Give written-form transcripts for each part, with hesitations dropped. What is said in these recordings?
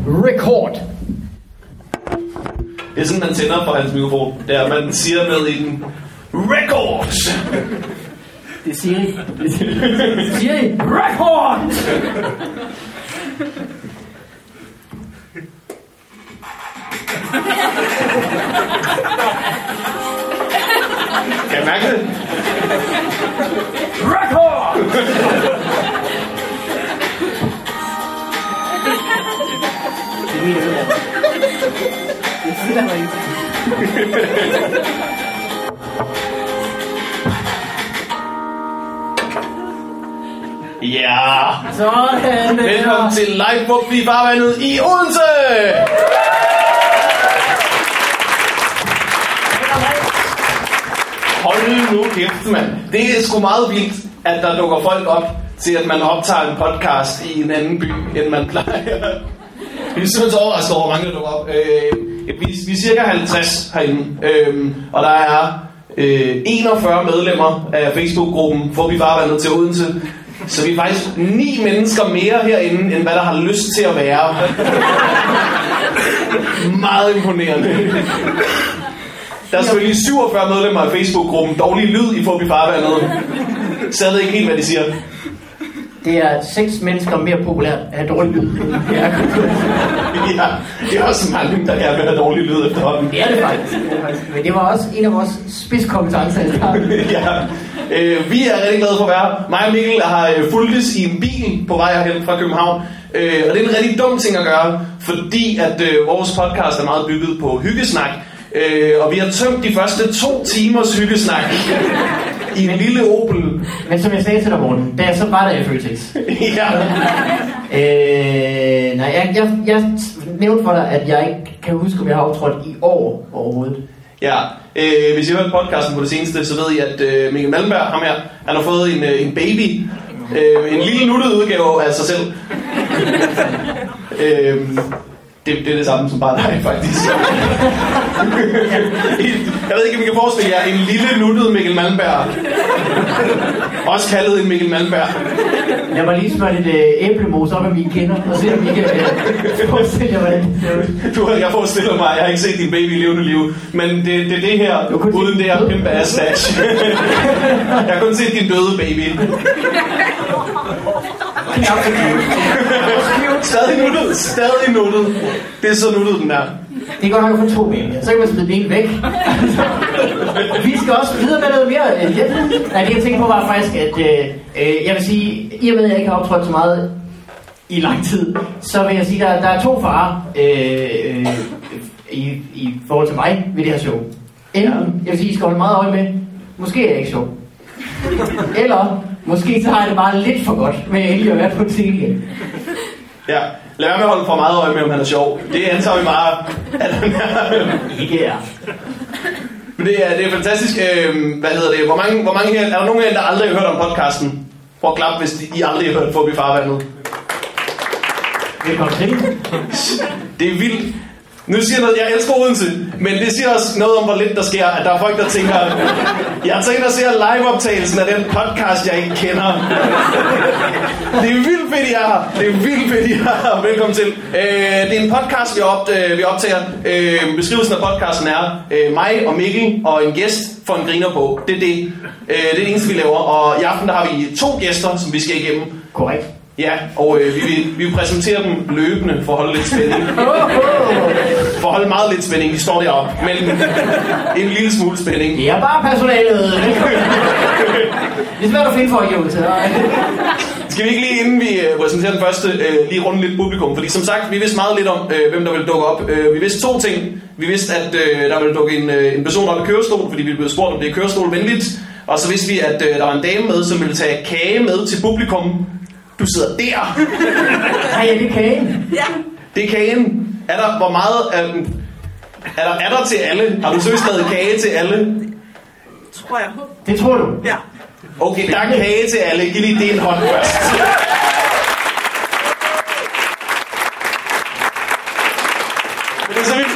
Record. Det er sådan, man tænder for hans mikrofon. Det er, man siger med i den. Record! Det er Siri. Siri, record! Kan jeg mærke det? Record! Det er min øde. Det sidder mig ikke. Ja! Sådan! Velkommen til Live på Farvandet i Odense! Hold nu kæft, mand. Det er sgu meget vildt, at der dukker folk op til, at man optager en podcast i en anden by, end man plejer. Vi er simpelthen så overrasket over, hvor mange der dukker op. Vi er cirka 50 herinde, og der er 41 medlemmer af Facebook-gruppen Forbi Farvandet til Odense. Så vi er faktisk 9 mennesker mere herinde, end hvad der har lyst til at være. Meget imponerende. Der er selvfølgelig 47 medlemmer af Facebook-gruppen Dårlig Lyd i Forbi Farvandet. Så jeg ved ikke helt, hvad de siger. Det er 6 mennesker mere populært at have dårlig lyd. Ja, det er også mange, der gerne vil have dårlig lyd efterhånden. Det er det faktisk. Men det var også en af vores spidskompetencer. Ja. Vi er rigtig glade for at være her. Mig og Mikkel har fulgtes i en bil på vej herhen fra København. Og det er en rigtig dum ting at gøre, fordi at vores podcast er meget bygget på hyggesnak. Og vi har tømt de første 2 timers hyggesnak i en lille Opel. Men som jeg sagde til dig, Morten, da jeg så var der i Føtex. Ja. Jeg nævnte for dig, at jeg ikke kan huske, om jeg har optrådt i år overhovedet. Ja, hvis I har hørt podcasten på det seneste, så ved I, at Mikkel Malmberg, ham her, han har fået en baby. En lille nuttet udgave af sig selv. Det er det samme som bare dig, faktisk. Jeg ved ikke, om I kan forestille jer en lille nuttet Mikkel Malmberg. Også kaldet en Mikkel Malmberg. Jeg må lige smøre lidt æblemos op af mine kinder, og se om I kan forestille jer, hvordan jeg forestiller mig, jeg har ikke set din baby i levende liv, men det er det her, uden det her pimpe ass stash. Jeg har kun set din døde baby. Stadig nuttet. Det er så nuttet, den der. Det er godt nok at få 2 baby. Så kan man smide den ene væk. Vi skal også videre med noget mere. Nej, det jeg tænkte på var faktisk, at jeg vil sige, i og med at jeg ikke har optrådt så meget i lang tid, så vil jeg sige, at der er 2 farer i forhold til mig ved det her show. Enten, jeg vil sige, I skal holde meget øje med, måske er jeg ikke sjov. Eller måske så har jeg det bare lidt for godt med endelig at være på scenen. Ja, lad være med at holde for meget øje med, om han er sjov. Det antager vi bare, at han er. Ikke er. Men det er fantastisk. Hvad hedder det? Hvor mange her, er der nogen af jer, der aldrig har hørt om podcasten? Prøv at klappe, hvis I aldrig har hørt Forbi Farvandet. Velkommen til. Det er vildt. Nu siger jeg noget, jeg elsker Odense, men det siger også noget om, hvor lidt der sker, at der er folk, der tænker, jeg har tænkt at se live-optagelsen af den podcast, jeg ikke kender. Det er vildt fedt, I er her. Det er vildt fedt, I er her. Velkommen til. Det er en podcast, vi optager. Beskrivelsen af podcasten er mig og Mikkel og en gæst for en griner på. Det er det. Det er det eneste, vi laver. Og i aften der har vi 2 gæster, som vi skal igennem. Korrekt. Ja, og vi vil præsentere dem løbende for at holde lidt spænding. For at holde meget lidt spænding. De står deroppe mellem en lille smule spænding. Det er bare personalet. Det er svært at finde for at give til. Skal vi ikke lige, inden vi præsenterer den første, lige runde lidt publikum? Fordi som sagt, vi vidste meget lidt om, hvem der ville dukke op. Vi vidste 2 ting. Vi vidste, at der ville dukke en person op i kørestol, fordi vi blev spurgt, om det er kørestolvenligt. Og så vidste vi, at der var en dame med, som ville tage kage med til publikum. Du sidder der. Nej, det er kagen. Ja. Det er kagen. Er der, hvor meget er der til alle? Har du seriøst lavet kage til alle? Tror jeg. Det tror du? Ja. Okay, der er kage til alle. Giv lige det en hånd først. Men det er så vildt.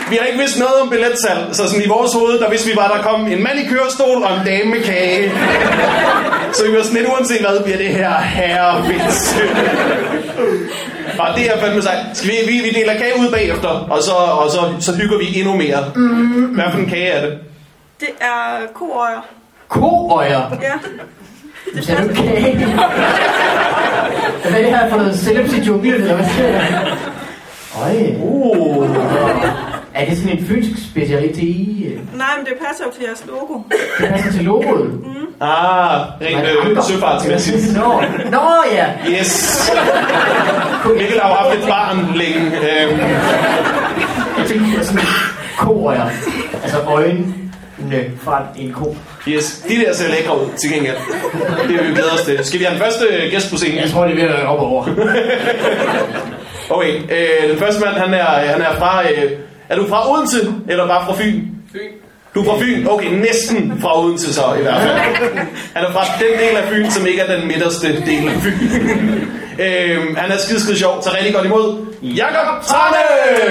Vi har ikke vidst noget om billetsalg, så sådan i vores hoved, der vidste vi bare, der kom en mand i kørestol og en dame med kage. Så vi var sådan lidt uanset hvad, bliver det her herrevits. Og det er fandme sagt. Skal vi deler kage ud bagefter, og så hygger vi endnu mere. Hvad for en kage er det? Det er koøjer. Koøjer? Ja. Det er en kage. Hvad er det her for noget celebs i junglen, eller hvad siger jeg? Øj. Er det sådan en fynsk specialitet? Nej, men det passer jo til jeres logo. Det passer til logoet? Rent søfartsmæssigt. Nå ja. Yes. Mikkel har jo haft et barn længe. Jeg tænkte sådan koøjer. Altså øjnene fra en ko. Yes, de der ser lækre ud til gengæld. Det vil vi glæde os til. Skal vi have den første gæst på scenen? Jeg tror, det er ved at op over. Okay, den første mand, han er fra... er du fra Odense, eller bare fra Fyn? Fyn. Du er fra Fyn? Okay, næsten fra Odense så i hvert fald. Han er fra den del af Fyn, som ikke er den midterste del af Fyn. Han er skide sjov, så rigtig godt imod Jakob Trane!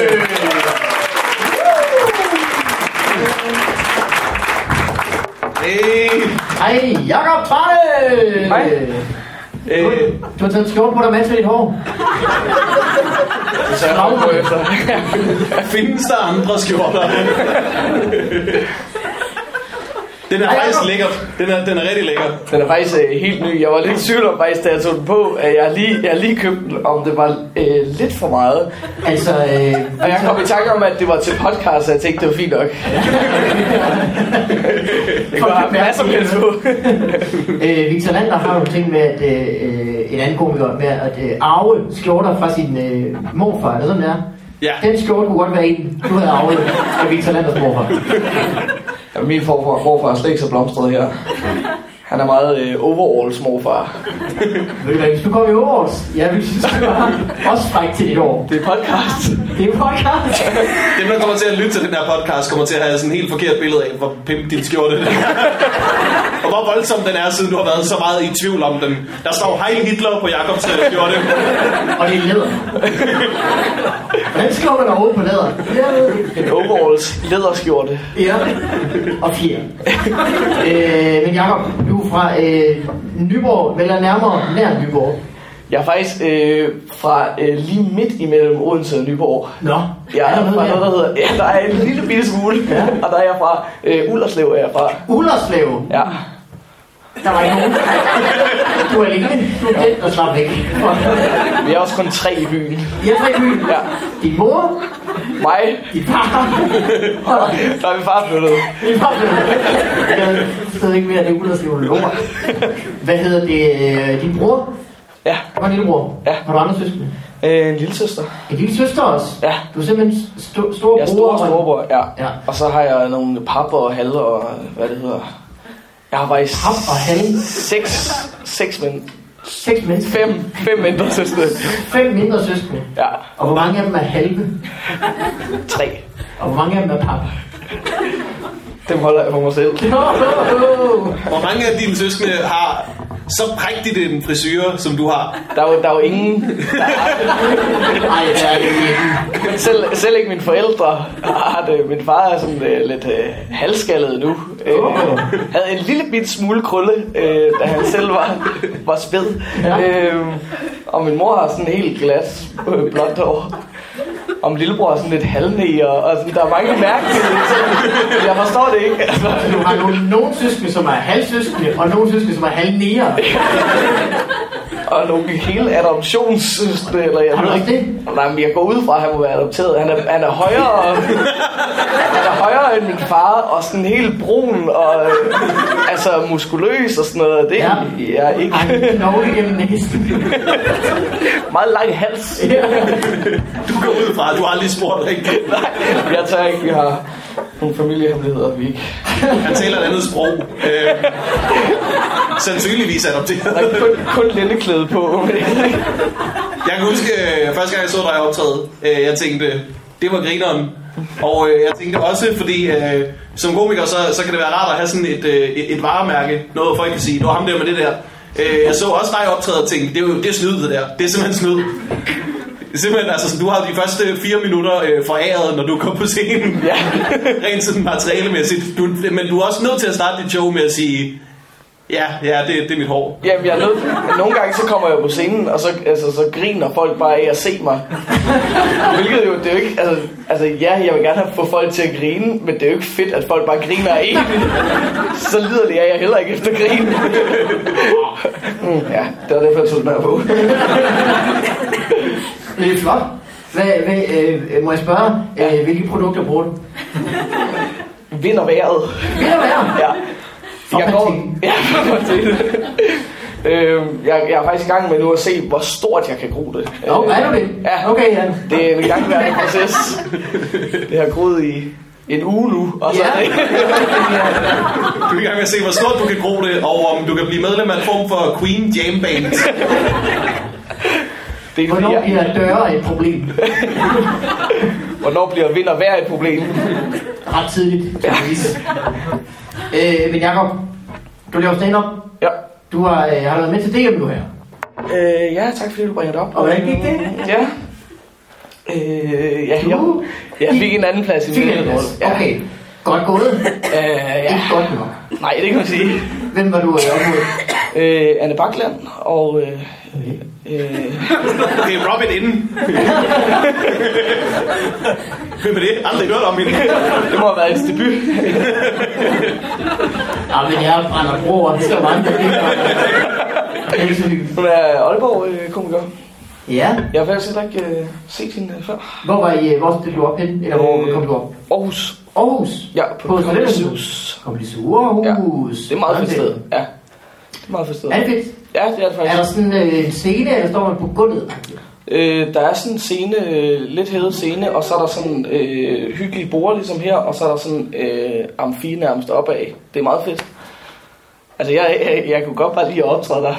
Hej, Jakob Trane! Hej. Du har taget skjort på dig med til dit hår. Så jeg har gået efter. Findes der andre skjorter? Den er faktisk lækker. Den er rigtig lækker. Den er faktisk helt ny. Jeg var lidt i tvivl om faktisk, da jeg tog den på, at jeg lige købte den, om det var lidt for meget. Altså, og jeg kom i tanke om, at det var til podcast, så jeg tænkte, det var fint nok. Det kunne have masser med på. Victor Lander har jo ting med, at en anden komiker med at arve skjorter fra sin morfar, er det sådan der? Ja. Den skjorte kunne godt være en, du havde arvet af Victor Landers morfar. Ja, min morfar er slet ikke så blomstret her. Han er meget overalls morfar. Ved du hvad, hvis du kommer i overalls, jeg vil synes, det var også frækt til dit år. Det er podcast. Det er podcast. Dem, der kommer til at lytte til den her podcast, kommer til at have sådan en helt forkert billede af, hvor pimp din skjorte er. Og hvor voldsom den er, siden du har været så meget i tvivl om den. Der står Heil Hitler på Jakobs skjorte. Og det er læder. Hvordan slår man overhovedet på læder? En overalls læderskjorte. Ja. Og fjer. Men Jakob, du er fra Nyborg, eller nærmere nær Nyborg. Jeg er faktisk fra lige midt imellem Odense og Nyborg. Nå, Jeg er fra noget, der hedder... Ja, der er en lille bitte smule. Ja. Og der er jeg fra Ullerslev er jeg fra. Ullerslev? Ja. Der var ikke nogen. Du er alene. Du er den, der slap væk. Vi er også kun 3 i byen. I er 3 i byen? Ja. Din mor? Mig? Din far? Der er min far flyttet. Din far flyttet. Jeg ved ikke mere, det er Ullerslev lort. Hvad hedder det? Din bror? Ja. Du har en lillebror? Ja. Har du andre søskende? En lille søster. En lille søster også? Ja. Du er simpelthen store Jeg er bror? storebror, ja. Ja. Og så har jeg nogle papper og halve og hvad det hedder. Jeg har faktisk... Pap og halve? 6 mænd. 6 mennesker? 5 mindre søskende. 5 mindre søskende? Ja. Og hvor mange af dem er halve? 3. Og hvor mange af dem er pap? Dem holder jeg for mig selv. Hvor mange af dine søskende har så prægtigt en frisyre, som du har? Der er jo ingen... Nej, det er det ikke. Selv ikke mine forældre har det. Min far er sådan lidt halvskaldet nu. Havde en lille bit smule krølle, da han selv var spæd. Ja. Og min mor har sådan en helt glat blondt hår. Og min lillebror er sådan lidt halvnæger, og sådan, der er mange mærkelige ting. Jeg forstår det ikke. Altså. Du har nogle søskende, som er halvsøskende, og nogle søskende, som er halvnæger. Og nogle hele adoptionssøskende, eller jeg har du ikke det? Nej, men jeg går ud fra, at han må være adopteret. Han er højere, højere end min far, og sådan helt brun, og altså muskuløs og sådan noget. Det er jeg ikke. Han knogler igennem næsten. Meget lang hals. Ja. Du går ud fra, at du aldrig spurgt rigtigt. Nej, jeg tager ikke. Vi har nogle familiehemmeligheder, vi ikke. Han taler et andet sprog. Sandsynligvis adopteret. Der er kun lindeklæde på. Jeg kan huske, første gang jeg så dig optræde, jeg tænkte, det var grineren. Og jeg tænkte også, fordi som komiker, så kan det være rart at have sådan et varemærke. Noget folk kan sige, det var ham der med det der. Jeg så også dig optræde og tænkte, det er snyd det der. Det er simpelthen snyd. Simpelthen, altså, du har de første 4 minutter foræret, når du kommer på scenen. Ja. Rent sådan materialemæssigt. Men du er også nødt til at starte dit show med at sige, ja, det er mit hår. Jamen, jeg er nødt. Nogle gange så kommer jeg på scenen, og så griner folk bare af at se mig. Hvilket jo, det er jo ikke, altså ja, jeg vil gerne få folk til at grine, men det er jo ikke fedt, at folk bare griner af en. Så lider det jeg heller ikke efter grin. Ja, det var derfor, jeg tog den her på. Det er flot. Må jeg spørge, hvilke produkter bruger du? Vind og vejret. Vind og vejret? Ja. Jeg er faktisk i gang med nu at se, hvor stort jeg kan gro det. Er du det? Ja. Okay, ja. Det er en igangværende proces. Det har groet i en uge nu. Og så ja. Du er i gang med at se, hvor stort du kan gro det, og om du kan blive medlem af en form for Queen Jam Band. Hvornår bliver døre et problem? Hvornår bliver vind og vejr et problem? Ret tidligt. Ja. Men Jacob, du laver stand-up. Ja. Du har været med til DM nu her. Ja, tak fordi du bringer det op. Og hvordan gik det? Ja. Jeg fik en anden plads i min ja. Okay, godt gået. Ja. Ikke godt nok. Nej, det kan man sige. Hvem var du op mod? Anne Bakland og... Det er Robin inden. Hvem er det? Aldrig hørt om hende. Det må have været et debut. Ja, men jeg brænder broer, det skal mange, der Hun er Aalborg-komiker. Ja. Jeg har faktisk ikke set hende før. Hvor stillede du op hen? Eller hvor kom du op? Aarhus. Aarhus? Ja, på Komplishus. Aarhus. Ja, det er meget fedt sted. Ja, det er meget fedt sted. Er det fedt? Ja, det er det faktisk. Er der sådan en scene, eller står man på gulvet? Der er sådan en scene, lidt hævet scene, og så er der sådan hyggelige borde ligesom her, og så er der sådan amfi nærmest opad. Det er meget fedt. Altså, jeg kunne godt bare lige optræde der.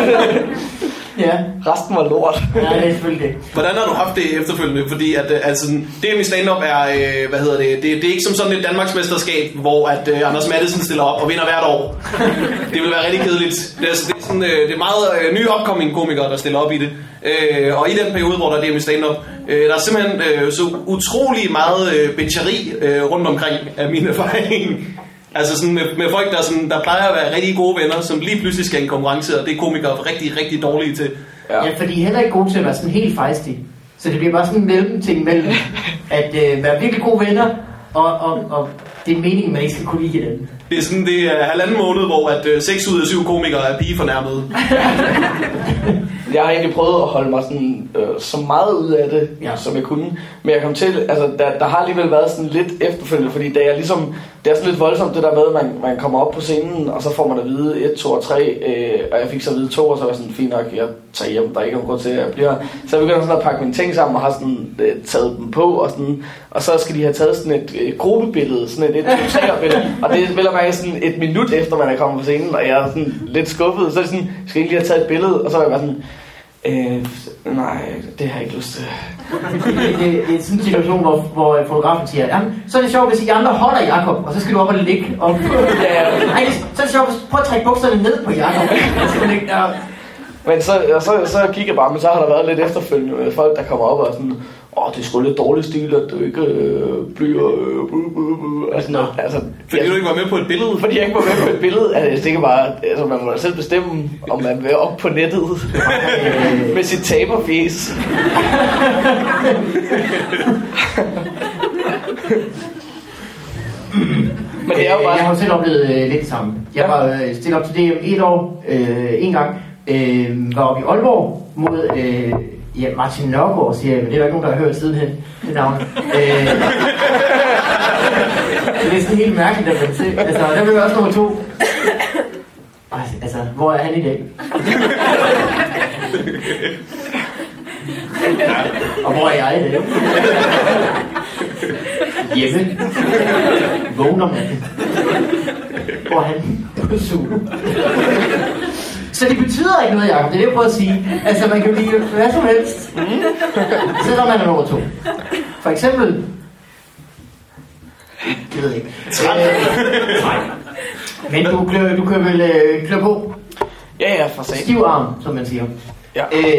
Ja. Resten var lort. Ja, det er selvfølgelig det. Hvordan har du haft det efterfølgende? Fordi at, altså, det med stand-up er, det er ikke som sådan et Danmarksmesterskab, hvor at Anders Mattesen stiller op og vinder hvert år. Det vil være rigtig kedeligt. Det er meget nye upcoming komikere, der stiller op i det. Og i den periode, hvor der er det med stand-up, der er simpelthen så utrolig meget bitcheri rundt omkring af min erfaring. Altså sådan med folk, der plejer at være rigtig gode venner, som lige pludselig skal i en konkurrence, og det er komikere rigtig, rigtig dårlige til. Ja, fordi de er heller ikke gode til at være sådan helt fejsty. Så det bliver bare sådan en mellemting mellem at være virkelig gode venner, og det er meningen, man ikke skal kunne lide dem. Det er 1,5 måned, hvor at 6 ud af 7 komikere er pigefornærmede. Jeg har egentlig prøvet at holde mig sådan, så meget ud af det, som jeg kunne. Men jeg kom til, altså der har alligevel været sådan lidt efterfølgende, fordi da jeg ligesom, det er sådan lidt voldsomt det der med, at man kommer op på scenen, og så får man at vide 1, 2 og 3, og jeg fik så at vide 2, og så var jeg sådan, fint nok, jeg tager hjem, der er ikke nogen grund til, at jeg bliver. Så jeg begynder sådan at pakke mine ting sammen, og har sådan taget dem på, og så skal de have taget sådan et gruppebillede, sådan et 1-2-3-billede, og det vil jeg sådan 1 minut efter, man er kommet på scenen, og jeg er sådan lidt skuffet, så er det sådan, skal jeg ikke lige have taget et billede, og så var jeg bare sådan, nej, det har jeg ikke lyst til. Det er sådan en situation, hvor fotografen siger, jamen, så er det sjovt, hvis I andre holder Jacob, og så skal du op og ligge op. Ej, så er det sjovt, prøv at trække bukserne ned på Jacob. Men så gik jeg bare, men så har der været lidt efterfølgende med folk, der kommer op og sådan, det er sgu lidt dårlig stil, at du ikke bliver... Altså, fordi du ikke var med på et billede? Fordi jeg ikke var med på et billede. Altså, jeg tænker bare, altså, man må selv bestemme, om man vil op på nettet med sit taberfjes. Men det er jo bare... Jeg har selv oplevet lidt sammen. Jeg var stillet op til DM 1 år, en gang. Var oppe i Aalborg mod Martin Nørgaard, siger jeg, men det er der ikke nogen, der har hørt sidenhen, det navn. Det er sådan helt mærkeligt, at man ser. Altså, der blev også nummer 2. Altså, hvor er han i dag? Og hvor er jeg i dag? Hjemme. Vågner man det. Hvor er han på sugen? Så det betyder ikke noget, Jacob. Det er det, jeg prøver at sige. Altså, man kan blive hvad som helst. Selvom man er nummer 2. For eksempel... Jeg ved ikke. Men du kører vel klør på? Ja, for satan. Stiv arm, som man siger. Ja.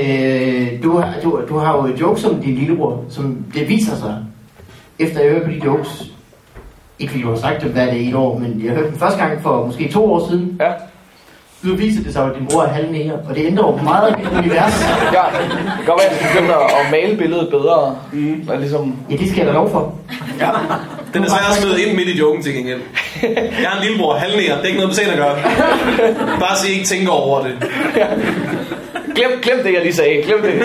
Du har jo jokes om din lillebror, som det viser sig, efter jeg hører på de jokes, ikke fordi du har sagt det, hvad det er i et år, men jeg hørte den første gang for måske 2 år siden. Ja. Nu viser det sig, at din bror er halvnæger, og det ændrer jo meget af mit univers. Ja, det kan godt være, at jeg skal begynde at male billedet bedre. Og ligesom... Ja, det skal jeg da lov for. Ja. Den er svært at smide ind midt i joken til gengæld. Jeg har en lillebror, halvnæger. Det er ikke noget med scenen at gøre. Bare så I ikke tænker over det. Ja. Glem det, jeg lige sagde. Glem det.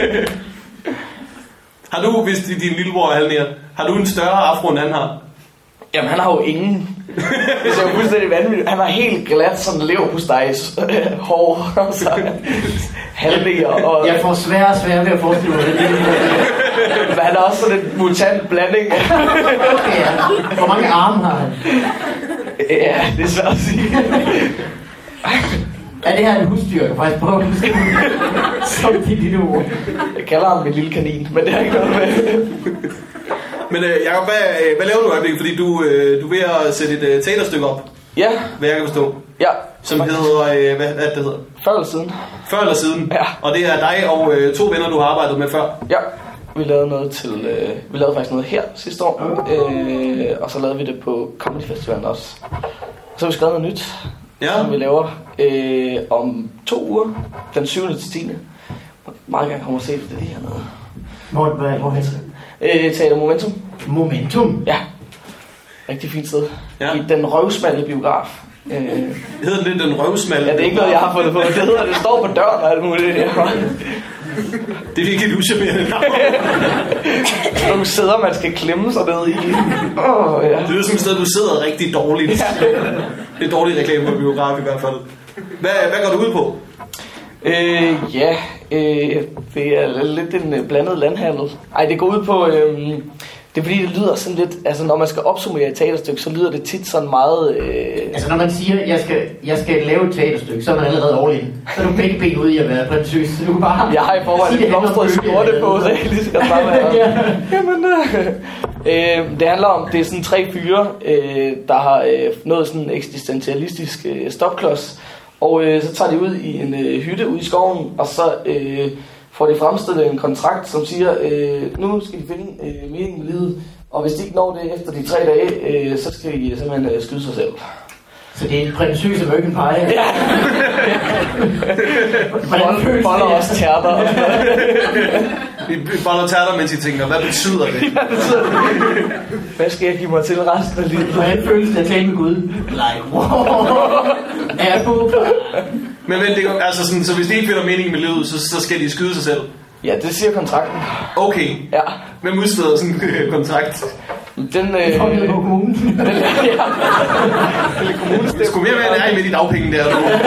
Har du, hvis din lillebror er halvnæger, har du en større afro, end han har? Jamen, han har jo ingen. Det ser jo fuldstændig vanvittigt. Han har helt glat sådan leverpostejs hår og så halvnæger. Og... Jeg får sværere ved at forestille mig det. Men han er også sådan en mutant blanding. Okay, ja. Hvor mange arme har han? Ja, det er svært at sige. Er det her en husdyr, jeg kan faktisk prøve at beskrive som dit lille ord? Jeg kalder ham min lille kanin, men det har ikke noget med. Men Jacob, hvad laver du øjeblik? Fordi du er ved at sætte et teaterstykke op. Ja. Hvad jeg kan forstå. Ja. Som hedder, hvad det hedder? Før eller siden. Før eller siden. Ja. Og det er dig og 2 venner, du har arbejdet med før. Ja. Vi lavede noget til... vi lavede faktisk noget her sidste år. Og så lavede vi det på Comedy Festivalen også. Så har vi skrevet noget nyt, som vi laver om 2 uger. Den 7. til 10. Meget gerne kommer og se det hernede. Hvor hedder det? Teater Momentum. Momentum? Ja. Rigtig fint sted. Ja. I den røvsmalle biograf. Hedder det den røvsmalle? Ja, det er ikke noget, jeg har fundet på. Det står på døren og alt muligt. Det er virkelig uschammerende navn. Nogle sæder, man skal klemme sig ned i. Ja. Det lyder som et sted, du sidder rigtig dårligt. Ja. Det er dårligt reklame på biograf i hvert fald. Hvad går du ud på? Det er lidt en blandet landhandel. Ej, det går ud på... det er fordi, det lyder sådan lidt... Altså, når man skal opsummere et teaterstykke, så lyder det tit sådan meget... Altså, når man siger, jeg skal lave et teaterstykke, så er man allerede all in. Så er du begge ben ude i at være prætentiøs. Så du kan bare... Jeg har i forvejen et blomstret skjorte på, så jeg lige skal bare være... Jamen, det handler om, det er sådan 3 fyre, der har noget sådan eksistentialistisk stopklods. Og så tager de ud i en hytte ude i skoven, og så får de fremstillet en kontrakt, som siger, nu skal de finde meningen med livet, og hvis de ikke når det efter de 3 dage, så skal de simpelthen skyde sig selv. Så det er en prætentiøs American Pie? Ja. Boller også tærter. Vi boller tærter, mens I tænker, hvad betyder det? Hvad skal jeg give mig til resten af livet? Hvordan føles det at tale med Gud? Like, wow. Er på. Men det er altså sådan, så hvis de ikke finder mening med livet, så skal de skyde sig selv? Ja, det siger kontrakten. Okay. Ja. Hvem udsteder sådan en kontrakt? Den får vi på kommunen. Ja. Eller kommunen. Det skulle mere være nær med de dagpenge der.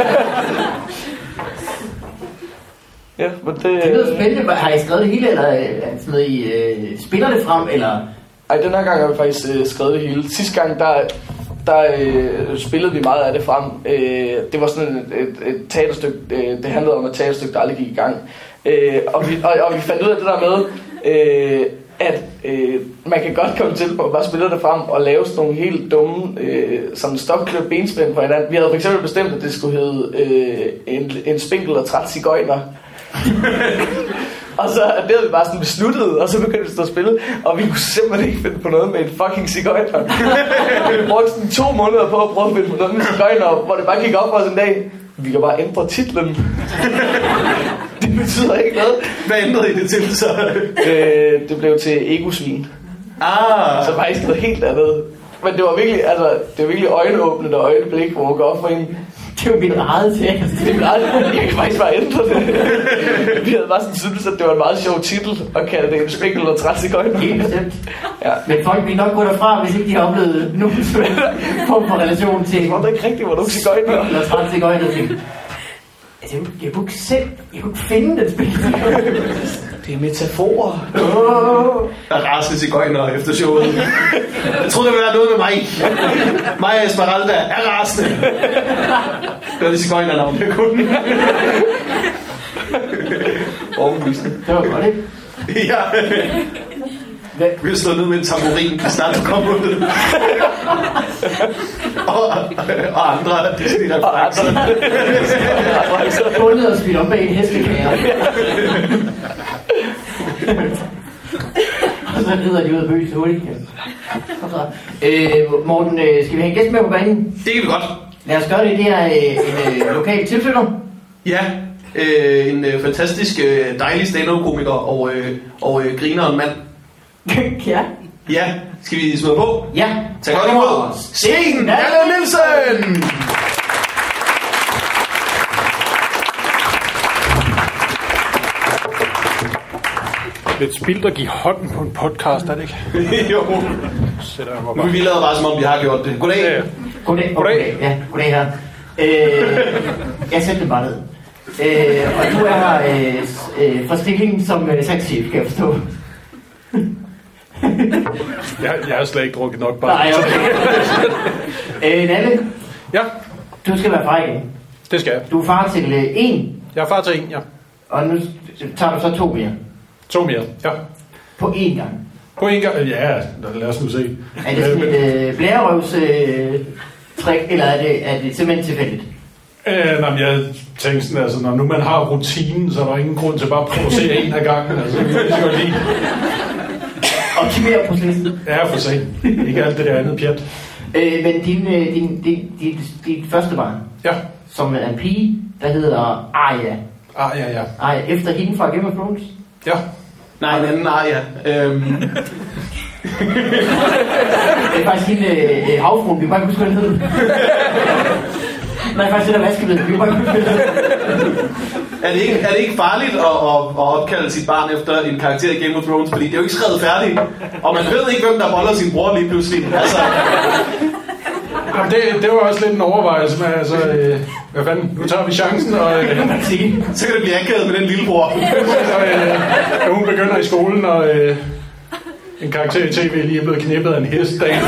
Ja, men det lyder spændende. Har I skrevet det hele, eller sådan noget, I spiller det frem, eller? Ej, den her gang har vi faktisk skrevet det hele. Sidste gang, der spillede vi meget af det frem. Det var sådan et teaterstykke, det handlede om et teaterstykke, der aldrig gik i gang. Og vi fandt ud af det der med, at man kan godt komme til at bare spille det frem og lave sådan nogle helt dumme sådan stopklip benspænd på hinanden. Vi havde for eksempel bestemt, at det skulle hedde en spinkel og træt cigøjner. Og så det havde vi bare sådan besluttet, og så begyndte vi at stå og spille, og vi kunne simpelthen ikke finde på noget med en fucking cigøjner. Vi brugte sådan 2 måneder på at prøve at finde på noget med cigøjner, hvor det bare gik op for os en dag. Vi kan bare ændre titlen. Det betyder ikke noget. Hvad ændrede I det til så? Det blev til egosvin. Så faktisk noget helt andet. Men det var virkelig, det var virkelig øjenåbnende og øjeblik, hvor man går op for en. Det er jo mit eget tekst. Jeg kan faktisk bare ændre det. Vi havde bare sådan syntes, at det var en meget sjov titel at kalde det en spinkel og træt cigøjner. Helt bestemt. Ja. Men folk vil nok gå derfra, hvis ikke de har oplevet nogen form for relation til... Det var da ikke rigtigt, hvor du cigøjner. Eller træt cigøjner til. Jeg kunne ikke finde den spil. Det er metaforer. Der er rasende cigøjner efter showet. Jeg troede, det ville være noget med mig. Mig og Esmeralda er rasende. Det var det cigøjnernavn, jeg kunne. Overbevisende. Det var godt, ikke? Ja. Vi har slået ned med en tamburin, så snart du kommer ud. og andre Disney-referencer. Bundet og smidt om bag en hestekager. Og så rider de ud af bøs hurtigt. Morten, skal vi have en gæst med på banen? Det kan vi godt. Lad os gøre det. Det er en lokal tilflytter. Ja, en fantastisk dejlig stand-up-komiker og griner en mand. Ja. Ja, skal vi smide på? Ja. Tag godt imod Sten Alle Nielsen! Lidt spildt at give hånden på en podcast, er det ikke? Jo. Sætter jeg mig Nu bare. vi lader bare, som om vi har gjort det. Goddag. Ja, ja. Goddag. Goddag. Ja, goddag her. Jeg sætter det bare ned. Og du er fra stillingen som saxchef, kan jeg forstå. Jeg har slet ikke drukket nok bare. Nej, okay. Nalle, Ja, du skal være far igen. det skal jeg. Du er far til en, Jeg er far til en, ja. og nu tager du så 2 mere. 2 mere, ja. På én gang. På en gang, ja, lad os nu se. Er det sådan et blærerøvs trick, eller er det simpelthen tilfældigt? Nej, men jeg tænkte sådan, altså, når nu man har rutinen, så er der ingen grund til bare at producere en af gangen. Altså, det er godt lige. Optimere processen. Ja, for sent. Ikke alt det der andet pjat. Men dit første barn, Ja. som er en pige, der hedder Arya. Ja. Arya, efter hende fra Game of Thrones. Ja. Nej, en anden Arya. Det er faktisk hende havfruen, vi kan bare ikke huske, hvad den hed. Nej, faktisk det der vaskeblæde, vi kan bare ikke huske, hvad den hed. Er det ikke farligt at opkalde sit barn efter en karakter i Game of Thrones? Fordi det er jo ikke skrevet færdigt. Og man ved ikke, hvem der boller sin bror lige pludselig. Altså. Jamen, det var også lidt en overvejelse med, altså, hvad fanden, nu tager vi chancen, og Så kan det blive akavet med den lillebror. og hun begynder i skolen, og en karakter i tv lige er blevet knippet af en hest dagen.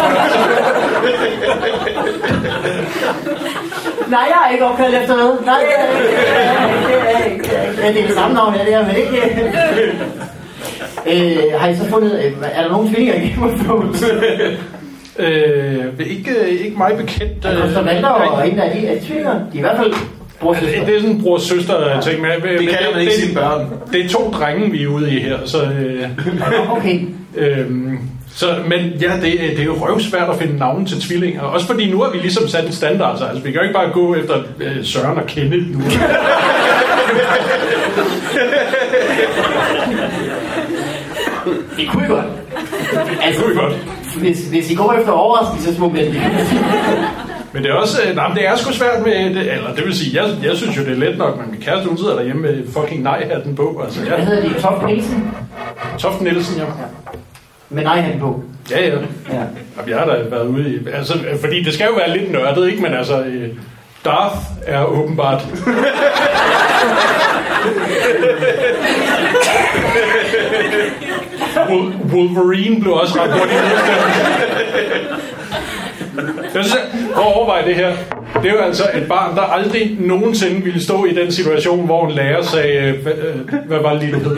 Nej, jeg har ikke opkaldt efter noget. Nej, det er ikke. Ja, det er det samme navn, ja, det er, men ikke. Har I så fundet, er der nogen tvillinger i Game of Thrones? Ikke mig bekendt. Koster Valder og en af de er tvillinger. De er i hvert fald bror-søster. Det er sådan en bror-søster ting med. Det kan man ikke sine børn. Det er 2 drenge, vi er ude i her, så... Okay. Men ja, det er jo røvsvært at finde navne til tvillinger. Også fordi nu har vi ligesom sat en standard. Så, altså, vi kan jo ikke bare gå efter Søren og Kenneth nu. Det kunne I godt. Altså, Det kunne I godt. Hvis I går efter overraskelse, så må det. Men det er også... det er sgu svært med... Eller det vil sige, jeg synes jo, det er let nok. Man kan kæreste, hun sidder derhjemme med fucking nej-hatten på. Altså, Hvad hedder de? Toft Nielsen? Toft Nielsen, ja. Med nej-hatten på. Ja. Ja. Jamen, jeg har da været ude i... Altså, fordi det skal jo være lidt nørdet, ikke? Men altså... Darth er åbenbart... Wolverine blev også ret hurtigt udstemt. Jeg synes, prøv at overveje det her. Det er jo altså et barn, der aldrig nogensinde ville stå i den situation, hvor en lærer sagde, hvad var det lige, du hed?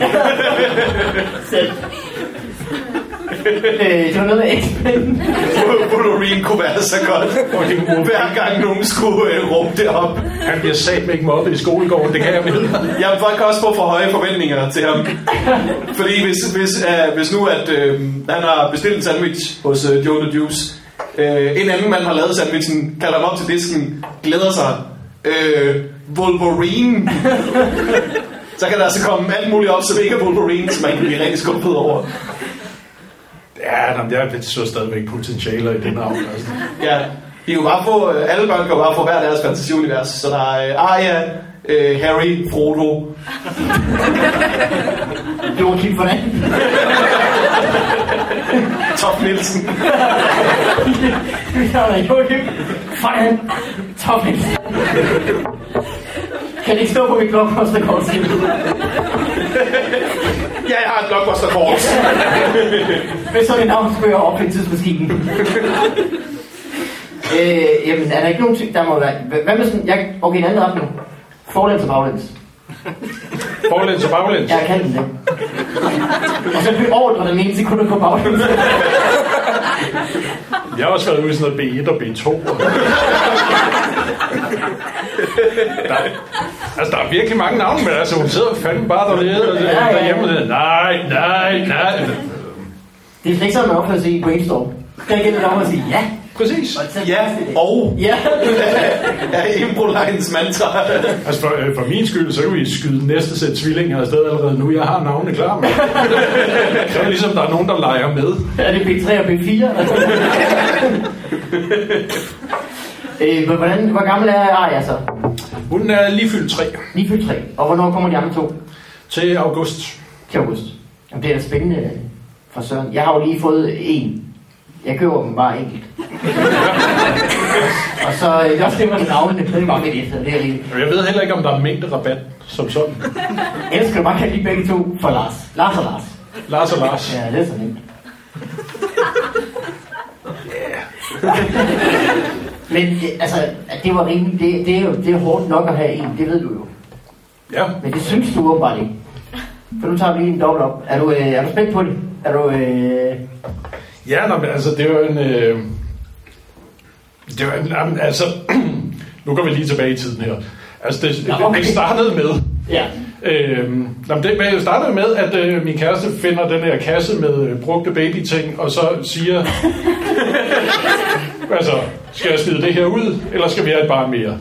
Det var noget med X-Men. Wolverine kunne være så godt. Hver gang nogen skulle råbe det op. Han bliver sat med ikke mobbet i skolegården, det kan jeg vide. Jamen, folk kan også få for høje forventninger til ham. Fordi hvis nu, at han har bestilt en sandwich hos Joe the Juice, en anden mand har lavet sandwichen, kalder ham op til disken, glæder sig. Wolverine. Så kan der altså komme alt muligt op, som ikke er Wolverine, som man kan blive rigtig skuffet over. Ja, jeg så stadigvæk potentialer i det navn. Altså. Ja, de kan jo bare få, alle børn kan jo bare få hver deres fantasiunivers. Så der er Arya, Harry, Frodo. Joachim for den. Toft Nielsen. Joachim for den. Toft Nielsen. Kan det ikke stå på mit blockbusterkort til? Ja, jeg har et blockbusterkort. Hvis så er det navn, skal jeg opfinde tidsmaskinen. Jamen, er der ikke nogen ting, der må være... Hvad med sådan... Okay, en anden retning. Forlæns og baglæns. Baglæns og baglæns. Jeg kan den det. Og så beordrer den ene sekund på baglæns. Jeg har også været ude i sådan noget B1 og B2. Der er virkelig mange navne, men altså, hun sidder fandme bare derhjemme og siger, nej. Det er slet ikke sådan, man opfører sig i brainstorm. Der er igen et om at sige ja. Præcis. Ja, og ja. er impro-lejens mantra. Altså for min skyld, så kan vi skyde næste sæt tvillinger afsted allerede nu. Jeg har navnene klar med. Det er ligesom, der er nogen, der leger med. Er det B3 og B4? Hvor gammel er Arja så? Hun er lige fyldt 3. Lige fyldt 3. Og hvornår kommer de andre 2? Til august. Til august. Jamen, det er da spændende for Søren. Jeg har jo lige fået 1. Jeg køber dem bare enkelt. Og så jeg stemmer de navnene. Det er bare mit efter. Det er lige. Jeg ved heller ikke, om der er mængde rabat som sådan. Ellers skal du bare kalde de begge 2 for Lars. Lars og Lars. Lars og Lars. Ja, det er så nemt. Men altså, det var rimelig, det er hårdt nok at have en, det ved du jo. Ja. Men det synes du åbenbart ikke. For nu tager vi lige en dobbelt op. Er du spændt på det? Er du... Ja, men altså, det var en... altså... Nu går vi lige tilbage i tiden her. Altså, det startede med... Ja. Det startede med, at min kæreste finder den her kasse med brugte babyting, og så siger... Altså, skal jeg smide det her ud, eller skal vi have et barn mere?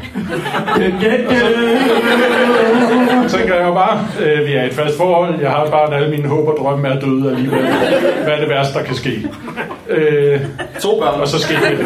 Så tænker jeg jo bare, vi er i et fast forhold, jeg har et barn, alle mine håb og drømme er døde alligevel. Hvad er det værste, der kan ske? 2 børn. Og så skete det.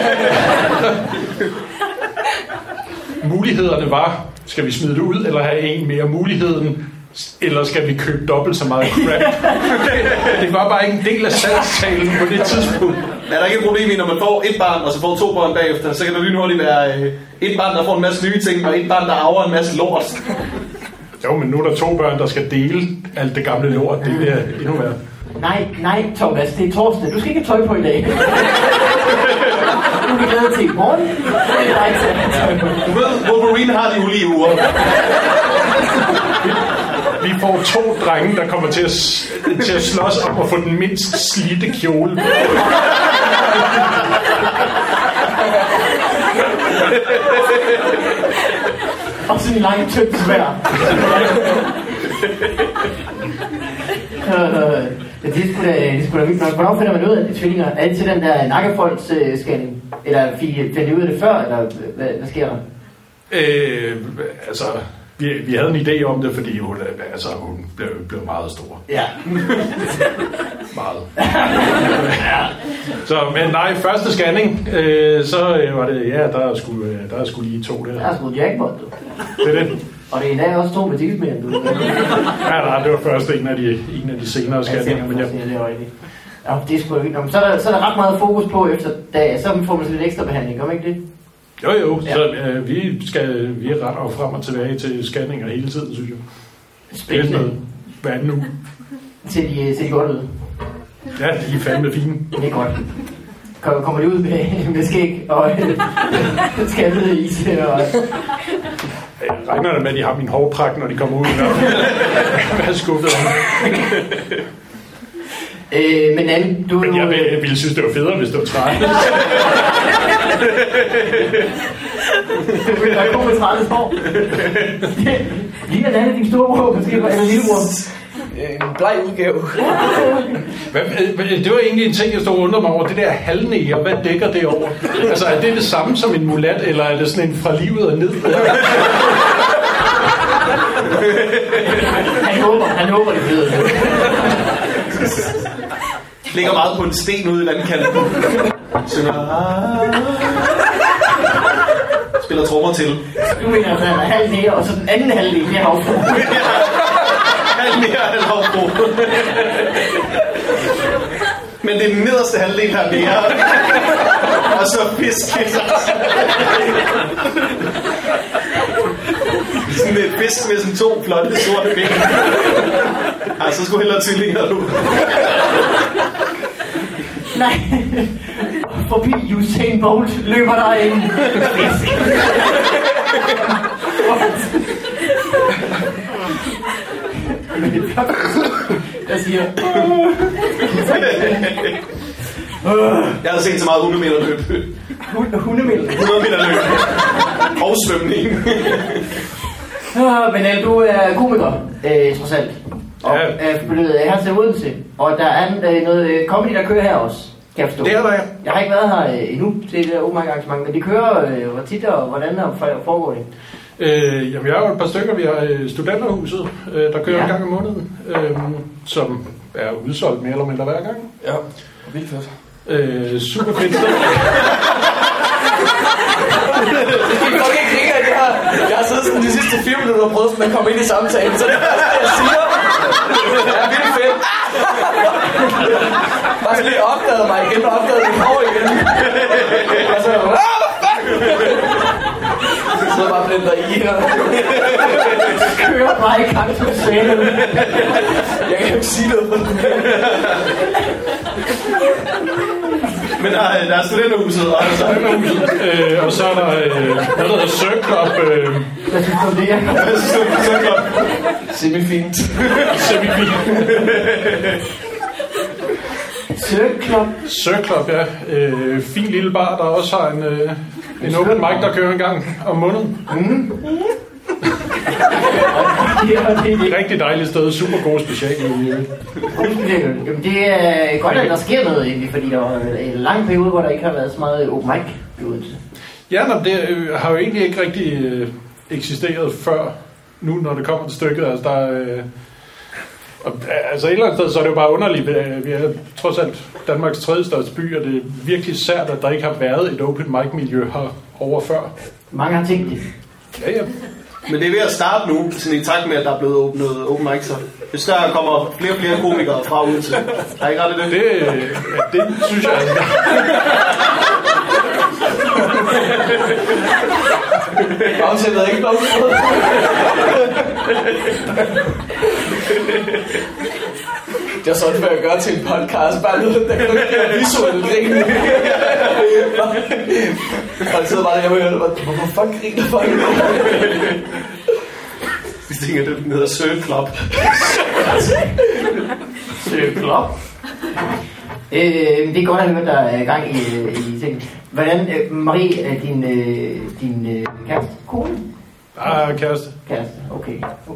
Mulighederne var, skal vi smide det ud, eller have en mere? Muligheden, eller skal vi købe dobbelt så meget crap? Det var bare ikke en del af salgstalen på det tidspunkt. Er der ikke et problem i, når man får et barn, og så får 2 børn bagefter, så kan det lynhurtigt være et barn, der får en masse nye ting, og et barn, der arver en masse lort? Jo, men nu er der 2 børn, der skal dele alt det gamle lort. Det bliver endnu værre. Nej, Thomas, det er torsdag. Du skal ikke have tøj på i dag. Du kan glæde til i morgen. Du ved, Wolverine har de ulige uger. Vi får 2 drenge, der kommer til at slås om at få den mindst slidte kjole. Og sådan en lang tynd svær. Det skulle da vildt nok. Hvornår finder man ud af de tvillinger? Er det til den der nakkefolds-scanning? Eller finder de ud af det før, eller hvad sker der? Altså... Vi havde en idé om det, fordi hun blev meget stor. Ja. Meget. Så, men nej, første scanning, så var det, ja, der er sgu lige 2 der. Der er sgu jackpot, du. Det er det. Og det er endda også 2 med tidsmænd, du. Ja, det var først en af de senere scanninger. Men ja, det er rigtigt. Ja, det er sgu da vildt. Så er der ret meget fokus på efter dag, så får man lidt ekstra behandling, gør man ikke det? Jo, ja. Så vi er ret og frem og tilbage til scanninger hele tiden, synes jeg. Spændende. Hvad er det nu? Ser de godt ud? Ja, de er fandme fine. Det er godt. Kommer de ud med skæg og skaldede is og... Jeg regner det med, at de har min hårpragt, når de kommer ud. Hvad er skuffet om? Men Anne, du... Men jeg ville synes, det var federe, hvis det var træt. Du vil være god med trætte hår. Ligner Anne din store bror, måske, eller lillebror? En bleg udgave. Det var egentlig en ting, jeg stod og undrede mig over. Det der halvnæger, hvad dækker det over? Altså, er det samme som en mulat, eller er det sådan en fra livet og ned? Han håber det fede. Ligger meget på en sten ude i vandkanten. Spiller trommer til. Du mener, at han er halv nære, og så den anden halvdel, det er havfru. Halv nære, halv havfru. Men det er den nederste halvdel her nære. Og så fisk. Sådan et fisk med sådan 2 flotte sorte ben. Ej, så skulle hellere tvillinger, du. Nej. Forbi Usain Bolt løber der en fisk. Jeg siger... Jeg har set så meget 100 meter løb. 100 meter? 100 meter løb. Og svømning. Men du er komiker, trods alt. Og jeg har til Odense. Og der er noget comedy, der kører her også. Kan jeg forstå. Det er der, ja. Jeg har ikke været her endnu til det der open mic arrangement, men de kører hvor tit og hvordan foregår det? Jamen, jeg har jo et par stykker. Vi har Studenterhuset, der kører en gang om måneden, som er udsolgt mere eller mindre hver gang. Ja, vildt fedt. Super fedt sted. Jeg har siddet sådan de sidste 4 minutter og prøvet sådan at komme ind i samtalen, så det er det, jeg siger. Det er vildt fedt. Bare så lige opdagede mig igen og opdagede mit hår igen. Og så fuck! Så bare blender i her. Kører mig i kaktuscenen. Jeg kan jo ikke sige noget på den. Men der er Studenterhuset, og så er der noget, der hedder Circle Club. Hvad synes du om det? Semifint. Circle Club, ja. Fin lille bar, der også har en open mic, der kører en gang om måneden. Det er et rigtig dejligt sted. Super gode specialmiljø. Jamen, det er godt, at der sker noget egentlig, fordi der var en lang periode, hvor der ikke har været så meget open mic i Odense. Ja, men det har jo egentlig ikke rigtig eksisteret før nu, når det kommer til stykket. Altså, altså et eller andet sted, så er det jo bare underligt. Vi er trods alt Danmarks 3. største by, og det er virkelig sært, at der ikke har været et open mic-miljø her over før. Mange har tænkt det. Ja. Men det er ved at starte nu, sådan i takt med, at der er blevet åbnet open mic, så hvis der kommer flere og flere komikere fra Odense. Har I ikke ret i det? Det synes jeg altså. Afsættet ikke nok. Det er sådan, hvad jeg gør til en podcast. Bare noget, der kan gøre visuelt grin. Og så bare der, jeg hvorfor fuck griner folk? Vi tænker, det hedder Circle Club. Circle Club? Det er godt at høre, der er gang i ting. Hvordan, Marie, er din kæreste? Kone? Kæreste. Kæreste, okay.